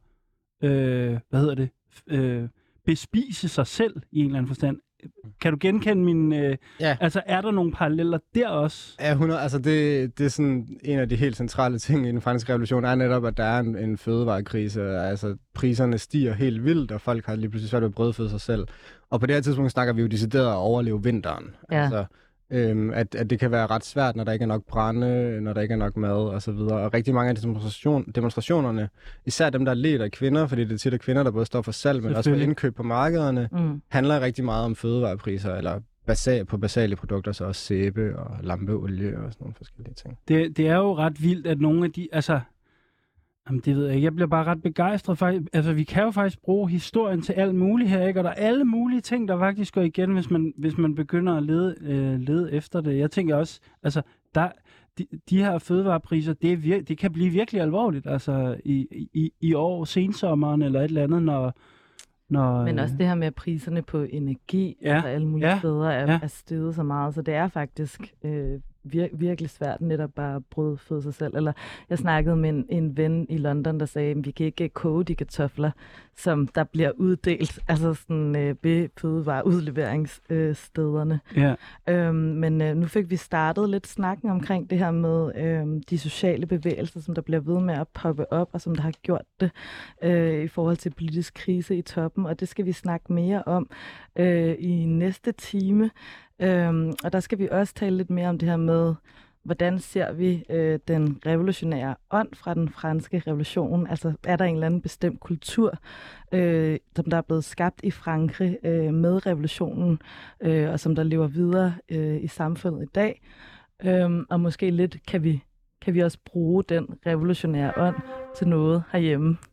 at, bespise sig selv i en eller anden forstand. Kan du genkende min... Altså, er der nogle paralleller der også? Ja, 100. Altså, det er sådan en af de helt centrale ting i den franske revolution, er netop, at der er en fødevarekrise. Altså, priserne stiger helt vildt, og folk har lige pludselig svært ved at brødføde sig selv. Og på det her tidspunkt snakker vi jo decideret at overleve vinteren. Ja. Altså, at det kan være ret svært, når der ikke er nok brænde, når der ikke er nok mad og så videre. Og rigtig mange af demonstrationerne, især dem, der er ledt af kvinder, fordi det er tit af kvinder, der både står for salg, men også for indkøb på markederne, handler rigtig meget om fødevarepriser, eller på basale produkter, så også sæbe og lampeolie og sådan nogle forskellige ting. Det er jo ret vildt, at nogle af de... Altså, jamen, det ved jeg ikke. Jeg bliver bare ret begejstret. Altså, vi kan jo faktisk bruge historien til alt muligt her, ikke? Og der er alle mulige ting, der faktisk går igen, hvis man begynder at lede efter det. Jeg tænker også, altså, de her fødevarepriser, det kan blive virkelig alvorligt, altså, i år, sensommeren eller et eller andet, når men også det her med, at priserne på energi altså alle mulige steder er steget så meget, så det er faktisk virkelig svært netop bare at brødføde sig selv. Eller jeg snakkede med en ven i London, der sagde, at vi kan ikke koge de kartofler, som der bliver uddelt, altså sådan ved fødevareudleveringsstederne. Men nu fik vi startet lidt snakken omkring det her med de sociale bevægelser, som der bliver ved med at poppe op, og som der har gjort det i forhold til politisk krise i toppen, og det skal vi snakke mere om i næste time. Og der skal vi også tale lidt mere om det her med, hvordan ser vi den revolutionære ånd fra den franske revolution? Altså er der en eller anden bestemt kultur, som der er blevet skabt i Frankrig med revolutionen, og som der lever videre i samfundet i dag? Og måske lidt kan vi også bruge den revolutionære ånd til noget herhjemme.